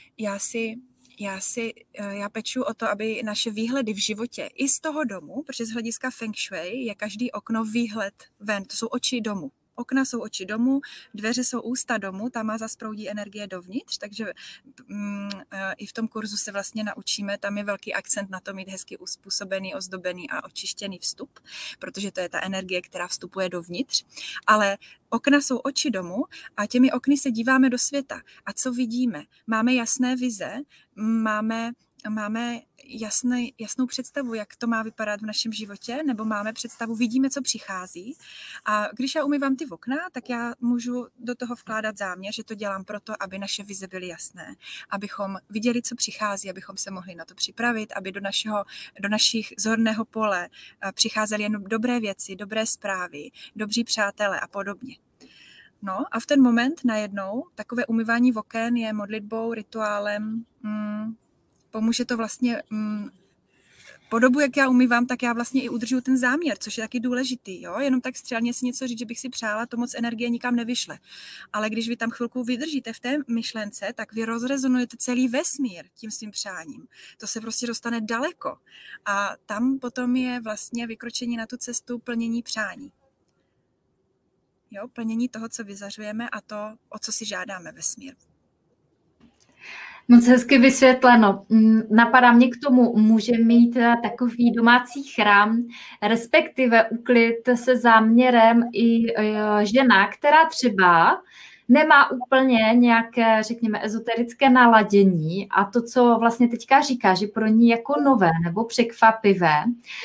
já peču o to, aby naše výhledy v životě i z toho domu, protože z hlediska feng shui je každý okno výhled ven, to jsou oči domu. Okna jsou oči domu, dveře jsou ústa domu, tam má zas proudí energie dovnitř, takže i v tom kurzu se vlastně naučíme, tam je velký akcent na to mít hezky uspůsobený, ozdobený a očištěný vstup, protože to je ta energie, která vstupuje dovnitř, ale okna jsou oči domu a těmi okny se díváme do světa. A co vidíme? Máme jasné vize, máme jasnou představu, jak to má vypadat v našem životě, nebo máme představu, vidíme, co přichází. A když já umývám ty okna, tak já můžu do toho vkládat záměr, že to dělám proto, aby naše vize byly jasné, abychom viděli, co přichází, abychom se mohli na to připravit, aby do našich zorného pole přicházely jen dobré věci, dobré zprávy, dobří přátelé a podobně. No a v ten moment najednou takové umývání oken je modlitbou, rituálem, pomůže to vlastně po dobu, jak já umývám, tak já vlastně i udržuju ten záměr, což je taky důležitý. Jo? Jenom tak střelně si něco říct, že bych si přála, to moc energie nikam nevyšle. Ale když vy tam chvilku vydržíte v té myšlence, tak vy rozrezonujete celý vesmír tím svým přáním. To se prostě dostane daleko. A tam potom je vlastně vykročení na tu cestu plnění přání. Jo? Plnění toho, co vyzařujeme a to, o co si žádáme vesmír. Moc hezky vysvětleno. Napadá mě k tomu, může mít takový domácí chrám, respektive úklid se záměrem i žena, která třeba nemá úplně nějaké, řekněme, ezoterické naladění a to, co vlastně teďka říká, že pro ní jako nové nebo překvapivé,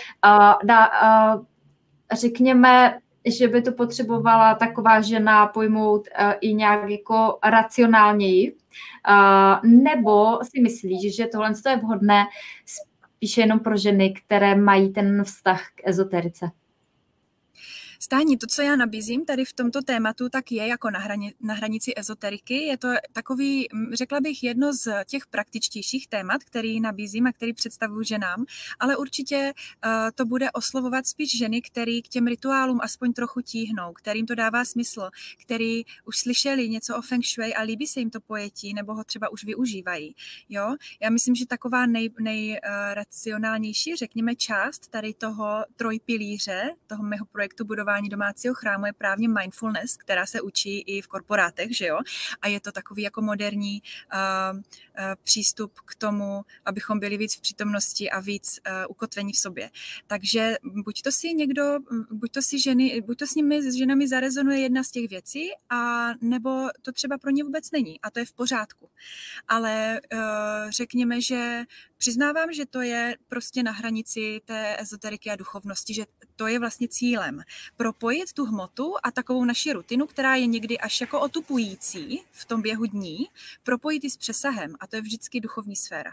řekněme, že by to potřebovala taková žena pojmout i nějak jako racionálněji, nebo si myslíš, že tohle je vhodné spíše jenom pro ženy, které mají ten vztah k ezoterice? Stání, to, co já nabízím tady v tomto tématu, tak je jako na hranici ezoteriky. Je to takový, řekla bych, jedno z těch praktičtějších témat, který nabízím a který představuju ženám, ale určitě to bude oslovovat spíš ženy, který k těm rituálům aspoň trochu tíhnou, kterým to dává smysl, který už slyšeli něco o feng shui a líbí se jim to pojetí, nebo ho třeba už využívají. Jo? Já myslím, že taková nejracionálnější, řekněme, část tady toho trojpilíře, toho mého projektu budování budování domácího chrámu je právě mindfulness, která se učí i v korporátech, že jo? A je to takový jako moderní přístup k tomu, abychom byli víc v přítomnosti a víc ukotvení v sobě. Takže buď to s nimi, s ženami zarezonuje jedna z těch věcí, a nebo to třeba pro ně vůbec není a to je v pořádku. Ale řekněme, že přiznávám, že to je prostě na hranici té ezoteriky a duchovnosti, že to je vlastně cílem. Propojit tu hmotu a takovou naši rutinu, která je někdy až jako otupující v tom běhu dní, propojit ji s přesahem a to je vždycky duchovní sféra.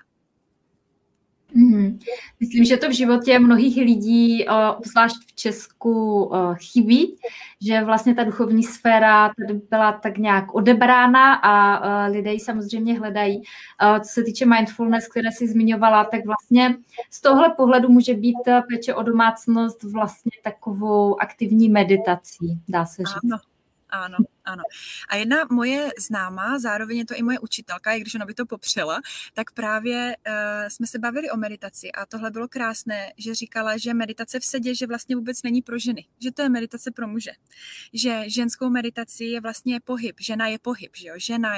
Myslím, že to v životě mnohých lidí, obzvlášť v Česku, chybí, že vlastně ta duchovní sféra tady byla tak nějak odebrána a lidé ji samozřejmě hledají. Co se týče mindfulness, které jsi zmiňovala, tak vlastně z tohle pohledu může být péče o domácnost vlastně takovou aktivní meditací, dá se říct. Ano. A jedna moje známá, zároveň je to i moje učitelka, i když ona by to popřela, tak právě jsme se bavili o meditaci a tohle bylo krásné, že říkala, že meditace v sedě, že vlastně vůbec není pro ženy, že to je meditace pro muže, že ženskou meditací je vlastně pohyb, žena je pohyb, že jo? Žena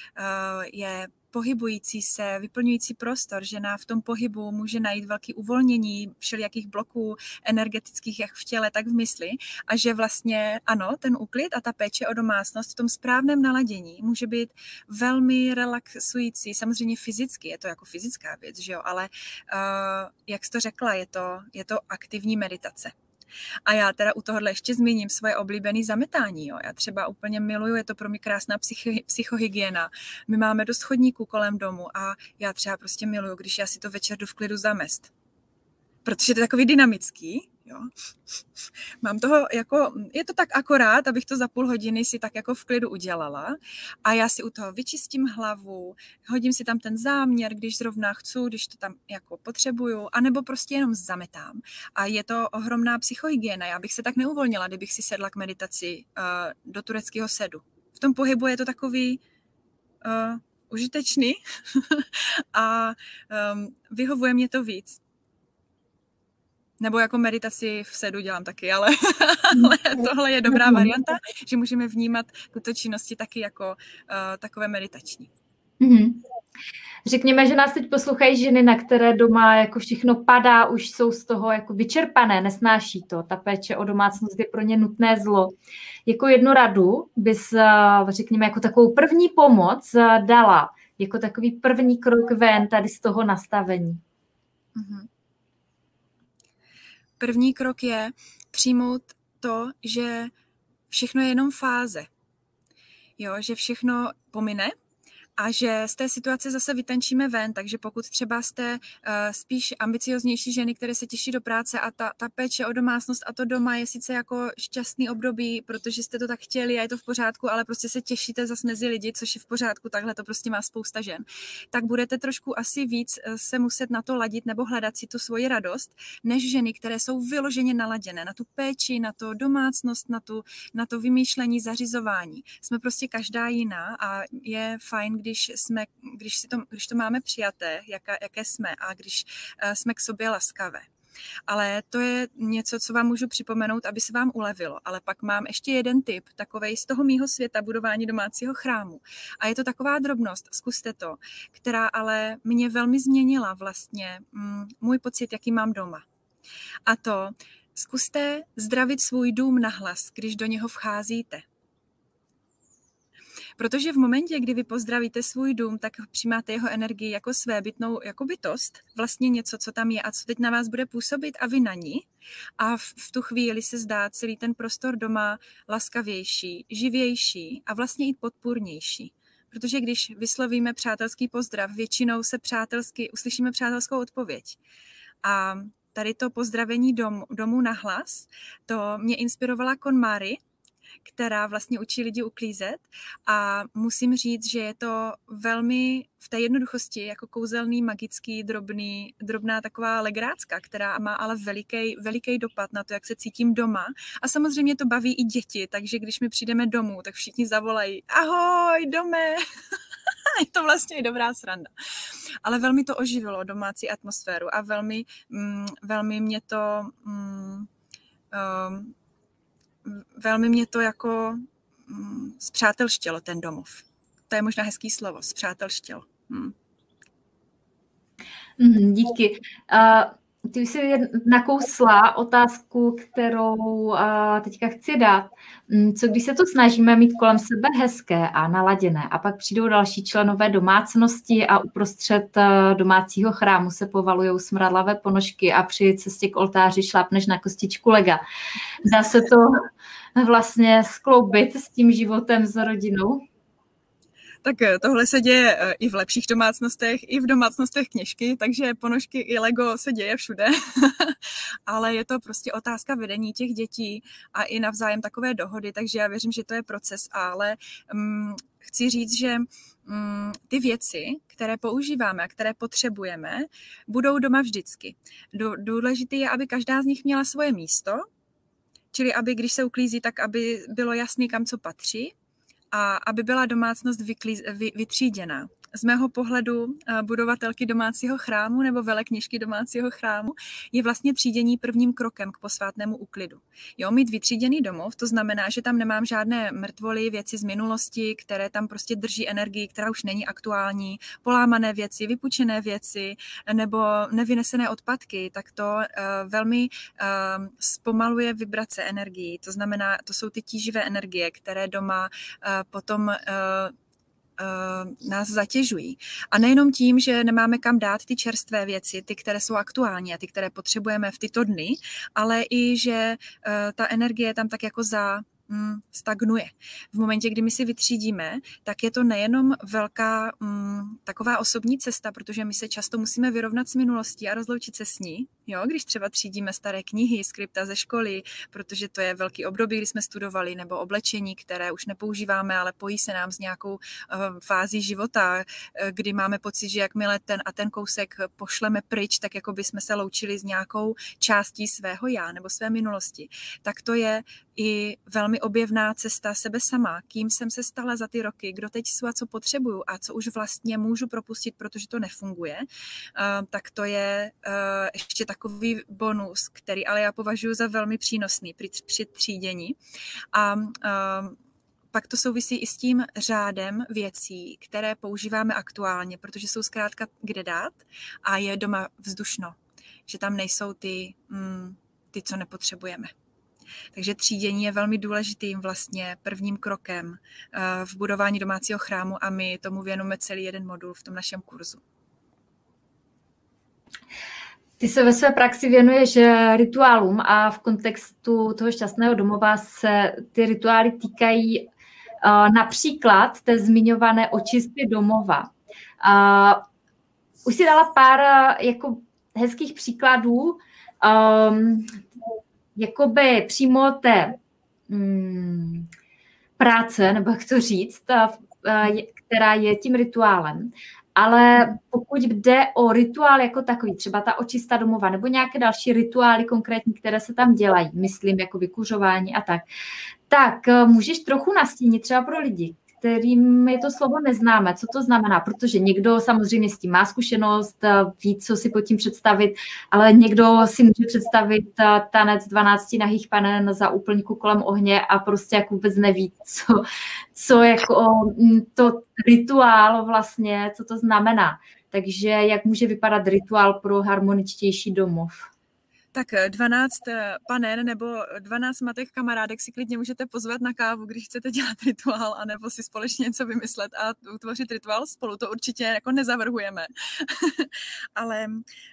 je pohybující se, vyplňující prostor, žena v tom pohybu může najít velké uvolnění všelijakých bloků energetických, jak v těle, tak v mysli a že vlastně ano, ten úklid a ta péče o domácnost v tom správném naladění může být velmi relaxující, samozřejmě fyzicky, je to jako fyzická věc, že jo, ale jak jsi to řekla, je to aktivní meditace. A já teda u tohohle ještě zmíním svoje oblíbené zametání. Jo. Já třeba úplně miluju, je to pro mě krásná psychohygiena. My máme dost chodníků kolem domu a já třeba prostě miluju, když já si to večer jdu v klidu zamést. Protože to je takový dynamický. Jo. Mám toho jako, je to tak akorát, abych to za půl hodiny si tak jako v klidu udělala a já si u toho vyčistím hlavu, hodím si tam ten záměr, když zrovna chci, když to tam jako potřebuju, anebo prostě jenom zametám. A je to ohromná psychohygiena, já bych se tak neuvolnila, kdybych si sedla k meditaci do tureckého sedu. V tom pohybu je to takový užitečný a vyhovuje mě to víc. Nebo jako meditaci v sedu dělám taky, ale tohle je dobrá varianta, že můžeme vnímat tyto činnosti taky jako takové meditační. Řekněme, že nás teď poslouchají ženy, na které doma jako všechno padá, už jsou z toho jako vyčerpané, nesnáší to. Ta péče o domácnost je pro ně nutné zlo. Jako jednu radu bys, řekněme, jako takovou první pomoc dala, jako takový první krok ven tady z toho nastavení. První krok je přijmout to, že všechno je jenom fáze. Jo, že všechno pomine a že z té situace zase vytančíme ven, takže pokud třeba jste spíš ambicioznější ženy, které se těší do práce a ta péče o domácnost a to doma je sice jako šťastný období, protože jste to tak chtěli a je to v pořádku, ale prostě se těšíte zas mezi lidi, což je v pořádku, takhle to prostě má spousta žen, tak budete trošku asi víc se muset na to ladit nebo hledat si tu svoji radost, než ženy, které jsou vyloženě naladěné na tu péči, na to domácnost, na to vymýšlení, zařizování. Jsme prostě každá jiná a je fajn, když to máme přijaté, jaké jsme a když jsme k sobě laskavé. Ale to je něco, co vám můžu připomenout, aby se vám ulevilo. Ale pak mám ještě jeden tip, takovej z toho mýho světa budování domácího chrámu. A je to taková drobnost, zkuste to, která ale mě velmi změnila vlastně můj pocit, jaký mám doma. A to, zkuste zdravit svůj dům nahlas, když do něho vcházíte. Protože v momentě, kdy vy pozdravíte svůj dům, tak přijímáte jeho energii jako svébytnou, jako bytost, vlastně něco, co tam je a co teď na vás bude působit a vy na ní. A v tu chvíli se zdá celý ten prostor doma laskavější, živější a vlastně i podpůrnější. Protože když vyslovíme přátelský pozdrav, většinou uslyšíme přátelskou odpověď. A tady to pozdravení domů nahlas, to mě inspirovala KonMari, která vlastně učí lidi uklízet a musím říct, že je to velmi v té jednoduchosti jako kouzelný, magický, drobná taková legrácka, která má ale veliký dopad na to, jak se cítím doma a samozřejmě to baví i děti, takže když my přijdeme domů, tak všichni zavolají ahoj, dome! Je to vlastně i dobrá sranda. Ale velmi to oživilo domácí atmosféru a velmi mě to velmi mě to jako spřátelštělo ten domov. To je možná hezký slovo, spřátelštělo. Díky. Ty už si nakousla otázku, kterou teďka chci dát. Co když se to snažíme mít kolem sebe hezké a naladěné a pak přijdou další členové domácnosti a uprostřed domácího chrámu se povalujou smradlavé ponožky a při cestě k oltáři šlápneš na kostičku lega. Dá se to vlastně skloubit s tím životem s rodinou? Tak tohle se děje i v lepších domácnostech, i v domácnostech kněžky, takže ponožky i Lego se děje všude. Ale je to prostě otázka vedení těch dětí a i navzájem takové dohody, takže já věřím, že to je proces, ale chci říct, že ty věci, které používáme a které potřebujeme, budou doma vždycky. Důležité je, aby každá z nich měla svoje místo, čili aby když se uklízí, tak aby bylo jasný, kam co patří, a aby byla domácnost vytříděná. Z mého pohledu budovatelky domácího chrámu nebo velekněžky domácího chrámu je vlastně třídění prvním krokem k posvátnému úklidu. Jo, mít vytříděný domov, to znamená, že tam nemám žádné mrtvoly, věci z minulosti, které tam prostě drží energii, která už není aktuální, polámané věci, vypučené věci nebo nevynesené odpadky, tak to velmi zpomaluje vibrace energií. To znamená, to jsou ty tíživé energie, které doma potom nás zatěžují. A nejenom tím, že nemáme kam dát ty čerstvé věci, ty, které jsou aktuální a ty, které potřebujeme v tyto dny, ale i, že ta energie tam tak jako stagnuje. V momentě, kdy my si vytřídíme, tak je to nejenom velká taková osobní cesta, protože my se často musíme vyrovnat s minulostí a rozloučit se s ní. Jo, když třeba třídíme staré knihy, skripta ze školy, protože to je velký období, kdy jsme studovali, nebo oblečení, které už nepoužíváme, ale pojí se nám s nějakou fází života, kdy máme pocit, že jakmile ten a ten kousek pošleme pryč, tak jako by jsme se loučili s nějakou částí svého já nebo své minulosti. Tak to je i velmi objevná cesta sebe sama, kým jsem se stala za ty roky, kdo teď jsou a co potřebuju a co už vlastně můžu propustit, protože to nefunguje, tak to je ještě takový bonus, který ale já považuji za velmi přínosný při třídění. A pak to souvisí i s tím řádem věcí, které používáme aktuálně, protože jsou zkrátka kde dát a je doma vzdušno, že tam nejsou ty co nepotřebujeme. Takže třídění je velmi důležitým vlastně prvním krokem v budování domácího chrámu a my tomu věnujeme celý jeden modul v tom našem kurzu. Ty se ve své praxi věnuješ rituálům a v kontextu toho šťastného domova se ty rituály týkají například té zmiňované očisty domova. Už si dala pár jako hezkých příkladů, jakoby přímo té práce, nebo jak to říct, která je tím rituálem. Ale pokud jde o rituál jako takový, třeba ta očista domova, nebo nějaké další rituály konkrétní, které se tam dělají, myslím, jako vykuřování a tak můžeš trochu nastínit třeba pro lidi, kterým je to slovo neznáme, co to znamená, protože někdo samozřejmě s tím má zkušenost, ví, co si pod tím představit, ale někdo si může představit tanec 12 nahých panen za úplňku kolem ohně a prostě jako vůbec neví, co jako to rituál vlastně, co to znamená. Takže jak může vypadat rituál pro harmoničtější domov? Tak 12 panen nebo 12 matek kamarádek si klidně můžete pozvat na kávu, když chcete dělat rituál, anebo si společně něco vymyslet a utvořit rituál spolu. To určitě jako nezavrhujeme. Ale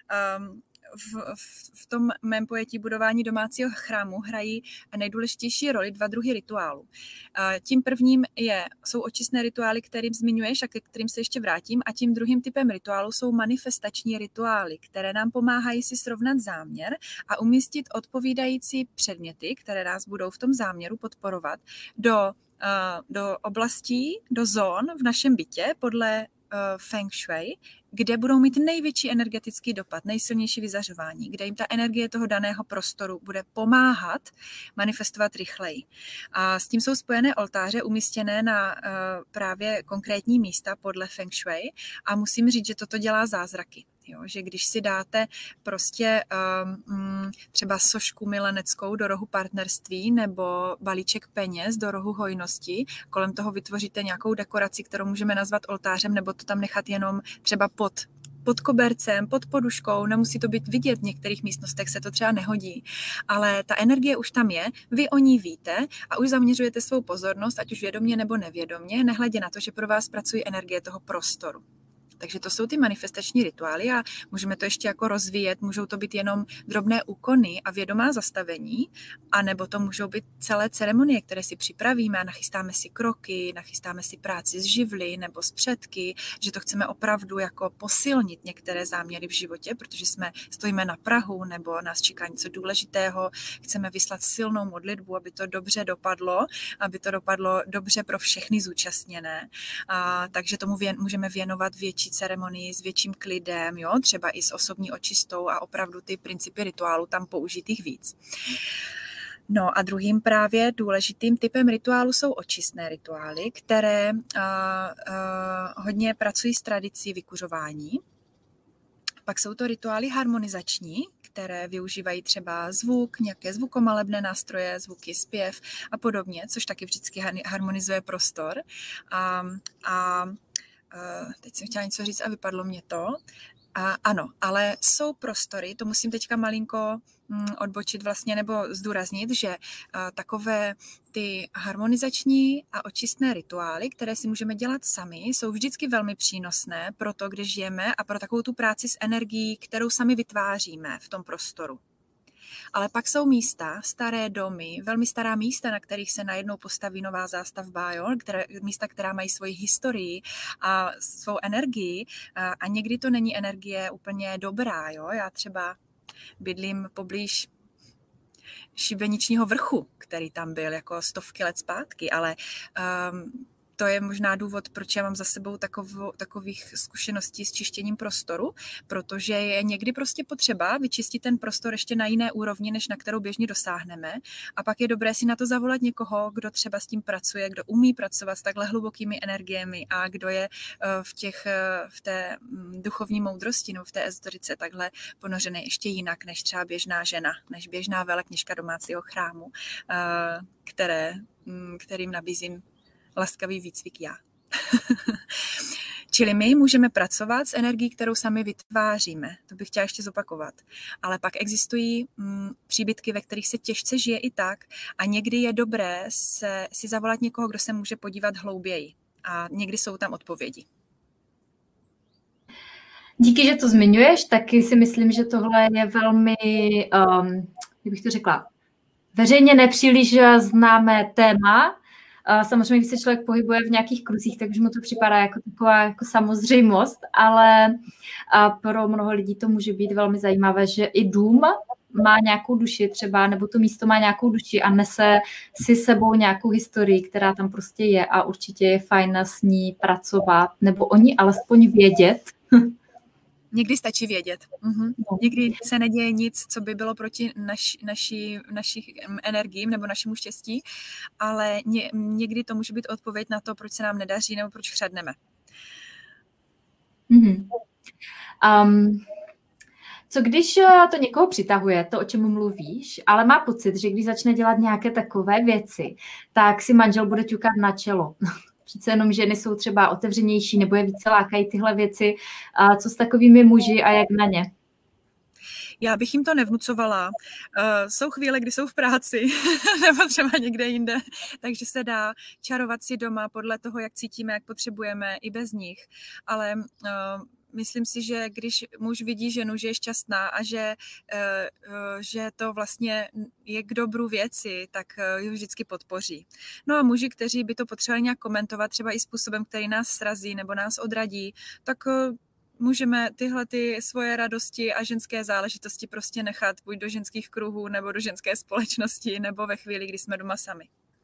v tom mém pojetí budování domácího chrámu hrají nejdůležitější roli dva druhy rituálů. Tím prvním jsou očistné rituály, kterým zmiňuješ a ke kterým se ještě vrátím, a tím druhým typem rituálu jsou manifestační rituály, které nám pomáhají si srovnat záměr a umístit odpovídající předměty, které nás budou v tom záměru podporovat, do oblastí, do zón v našem bytě podle Feng Shui, kde budou mít největší energetický dopad, nejsilnější vyzařování, kde jim ta energie toho daného prostoru bude pomáhat manifestovat rychleji. A s tím jsou spojené oltáře umístěné na právě konkrétní místa podle Feng Shui a musím říct, že toto dělá zázraky. Jo, že když si dáte prostě třeba sošku mileneckou do rohu partnerství nebo balíček peněz do rohu hojnosti, kolem toho vytvoříte nějakou dekoraci, kterou můžeme nazvat oltářem, nebo to tam nechat jenom třeba pod kobercem, pod poduškou, nemusí to být vidět, v některých místnostech se to třeba nehodí, ale ta energie už tam je, vy o ní víte a už zaměřujete svou pozornost, ať už vědomě nebo nevědomě, nehledě na to, že pro vás pracují energie toho prostoru. Takže to jsou ty manifestační rituály a můžeme to ještě jako rozvíjet, můžou to být jenom drobné úkony a vědomá zastavení, anebo to můžou být celé ceremonie, které si připravíme a nachystáme si kroky, nachystáme si práci s živly nebo s předky, že to chceme opravdu jako posilnit některé záměry v životě, protože stojíme na prahu nebo nás čeká něco důležitého, chceme vyslat silnou modlitbu, aby to dobře dopadlo, aby to dopadlo dobře pro všechny zúčastněné. Takže tomu můžeme věnovat větší ceremonii s větším klidem, jo? Třeba i s osobní očistou a opravdu ty principy rituálu tam použitých víc. No a druhým právě důležitým typem rituálu jsou očistné rituály, které hodně pracují s tradicí vykuřování. Pak jsou to rituály harmonizační, které využívají třeba zvuk, nějaké zvukomalebné nástroje, zvuky, zpěv a podobně, což taky vždycky harmonizuje prostor. Teď jsem chtěla něco říct a vypadlo mě to. Ano, ale jsou prostory, to musím teďka malinko odbočit vlastně nebo zdůraznit, že takové ty harmonizační a očistné rituály, které si můžeme dělat sami, jsou vždycky velmi přínosné pro to, kde žijeme a pro takovou tu práci s energií, kterou sami vytváříme v tom prostoru. Ale pak jsou místa, staré domy, velmi stará místa, na kterých se najednou postaví nová zástavba, jo? Místa, která mají svoji historii a svou energii a někdy to není energie úplně dobrá. Jo? Já třeba bydlím poblíž Šibeničního vrchu, který tam byl jako stovky let zpátky, ale to je možná důvod, proč já mám za sebou takových zkušeností s čištěním prostoru, protože je někdy prostě potřeba vyčistit ten prostor ještě na jiné úrovni, než na kterou běžně dosáhneme. A pak je dobré si na to zavolat někoho, kdo třeba s tím pracuje, kdo umí pracovat s takhle hlubokými energiemi a kdo je v té duchovní moudrosti nebo v té ezoterice takhle ponořený ještě jinak, než třeba běžná žena, než běžná velekněžka domácího chrámu, kterým nabízím laskavý výcvik já. Čili my můžeme pracovat s energií, kterou sami vytváříme. To bych chtěla ještě zopakovat. Ale pak existují příbytky, ve kterých se těžce žije i tak a někdy je dobré si zavolat někoho, kdo se může podívat hlouběji. A někdy jsou tam odpovědi. Díky, že to zmiňuješ, taky si myslím, že tohle je velmi, jak bych to řekla, veřejně nepříliš známé téma. Samozřejmě, když se člověk pohybuje v nějakých kruzích, tak už mu to připadá jako taková jako samozřejmost, ale pro mnoho lidí to může být velmi zajímavé, že i dům má nějakou duši třeba, nebo to místo má nějakou duši a nese si sebou nějakou historii, která tam prostě je a určitě je fajn s ní pracovat, nebo o ní alespoň vědět. Někdy stačí vědět. Někdy se neděje nic, co by bylo proti našich energiím nebo našemu štěstí, ale někdy to může být odpověď na to, proč se nám nedaří nebo proč chřadneme. Co když to někoho přitahuje, to, o čem mluvíš, ale má pocit, že když začne dělat nějaké takové věci, tak si manžel bude ťukat na čelo. Přece jenom ženy jsou třeba otevřenější nebo je více lákají tyhle věci. Co s takovými muži a jak na ně? Já bych jim to nevnucovala. Jsou chvíle, kdy jsou v práci nebo třeba někde jinde, takže se dá čarovat si doma podle toho, jak cítíme, jak potřebujeme i bez nich. Ale myslím si, že když muž vidí ženu, že je šťastná a že to vlastně je k dobru věci, tak ji vždycky podpoří. No a muži, kteří by to potřebovali nějak komentovat, třeba i způsobem, který nás srazí nebo nás odradí, tak můžeme tyhle ty svoje radosti a ženské záležitosti prostě nechat buď do ženských kruhů nebo do ženské společnosti nebo ve chvíli, kdy jsme doma sami.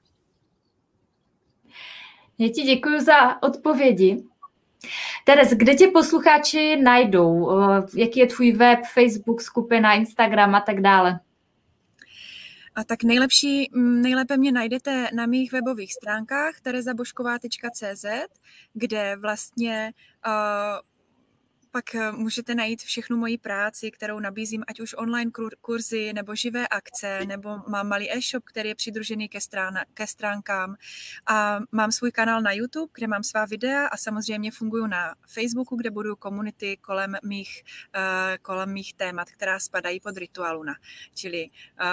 Já ti děkuji za odpovědi. Teres, kde tě posluchači najdou? Jaký je tvůj web, Facebook, skupina, Instagram a tak dále? A tak nejlépe mě najdete na mých webových stránkách terezabožková.cz, kde vlastně pak můžete najít všechnu moji práci, kterou nabízím, ať už online kurzy, nebo živé akce, nebo mám malý e-shop, který je přidružený ke stránkám. A mám svůj kanál na YouTube, kde mám svá videa a samozřejmě funguji na Facebooku, kde budu komunity kolem mých témat, která spadají pod Ritualuna. Čili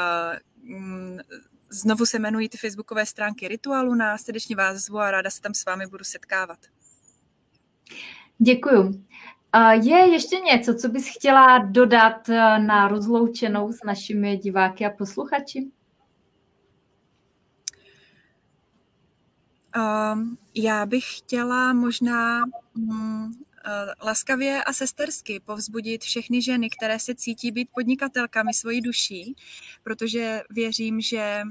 znovu se jmenují ty facebookové stránky Ritualuna, srdečně vás zvu a ráda se tam s vámi budu setkávat. Děkuju. Je ještě něco, co bys chtěla dodat na rozloučenou s našimi diváky a posluchači? Já bych chtěla možná laskavě a sestersky povzbudit všechny ženy, které se cítí být podnikatelkami svojí duší, protože věřím, že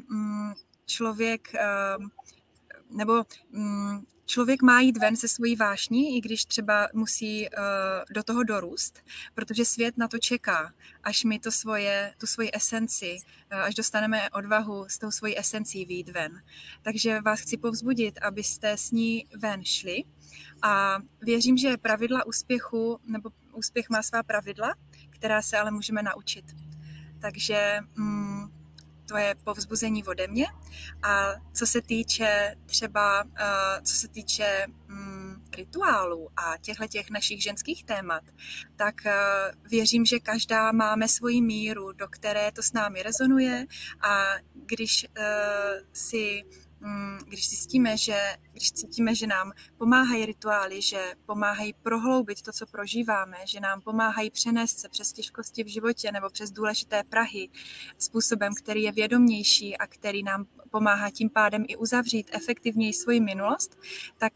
člověk má jít ven se svojí vášní, i když třeba musí do toho dorůst, protože svět na to čeká, až my tu svoji esenci, až dostaneme odvahu s tou svojí esencí vyjít ven. Takže vás chci povzbudit, abyste s ní ven šli. A věřím, že pravidla úspěchu, nebo úspěch má svá pravidla, která se ale můžeme naučit. Takže to je povzbuzení ode mě. A co se týče rituálů a těch našich ženských témat, tak věřím, že každá máme svoji míru, do které to s námi rezonuje, a když cítíme, že nám pomáhají rituály, že pomáhají prohloubit to, co prožíváme, že nám pomáhají přenést se přes těžkosti v životě nebo přes důležité prahy způsobem, který je vědomější a který nám pomáhá tím pádem i uzavřít efektivněji svoji minulost, tak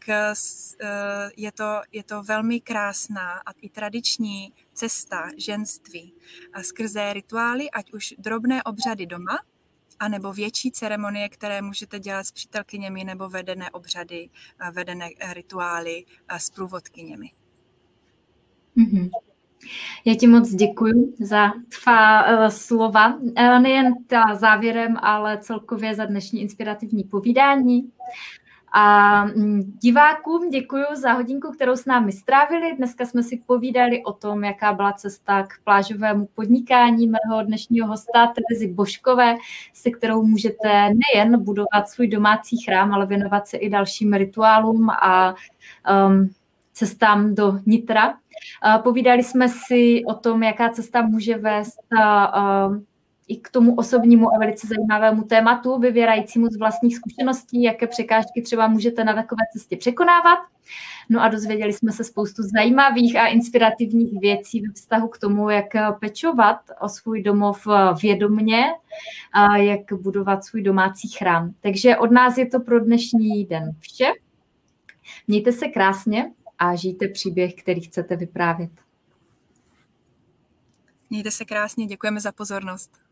je to velmi krásná a i tradiční cesta ženství skrze rituály, ať už drobné obřady doma, anebo větší ceremonie, které můžete dělat s přítelkyněmi, nebo vedené obřady, vedené rituály s průvodkyněmi. Mm-hmm. Já ti moc děkuji za tvá slova, nejen ta závěrem, ale celkově za dnešní inspirativní povídání. A divákům děkuji za hodinku, kterou s námi strávili. Dneska jsme si povídali o tom, jaká byla cesta k plážovému podnikání mého dnešního hosta Terezy Božkové, se kterou můžete nejen budovat svůj domácí chrám, ale věnovat se i dalším rituálům a cestám do nitra. Povídali jsme si o tom, jaká cesta může vést i k tomu osobnímu a velice zajímavému tématu, vyvěrajícímu z vlastních zkušeností, jaké překážky třeba můžete na takové cestě překonávat. No a dozvěděli jsme se spoustu zajímavých a inspirativních věcí ve vztahu k tomu, jak pečovat o svůj domov vědomně, jak budovat svůj domácí chrám. Takže od nás je to pro dnešní den vše. Mějte se krásně a žijte příběh, který chcete vyprávět. Mějte se krásně, děkujeme za pozornost.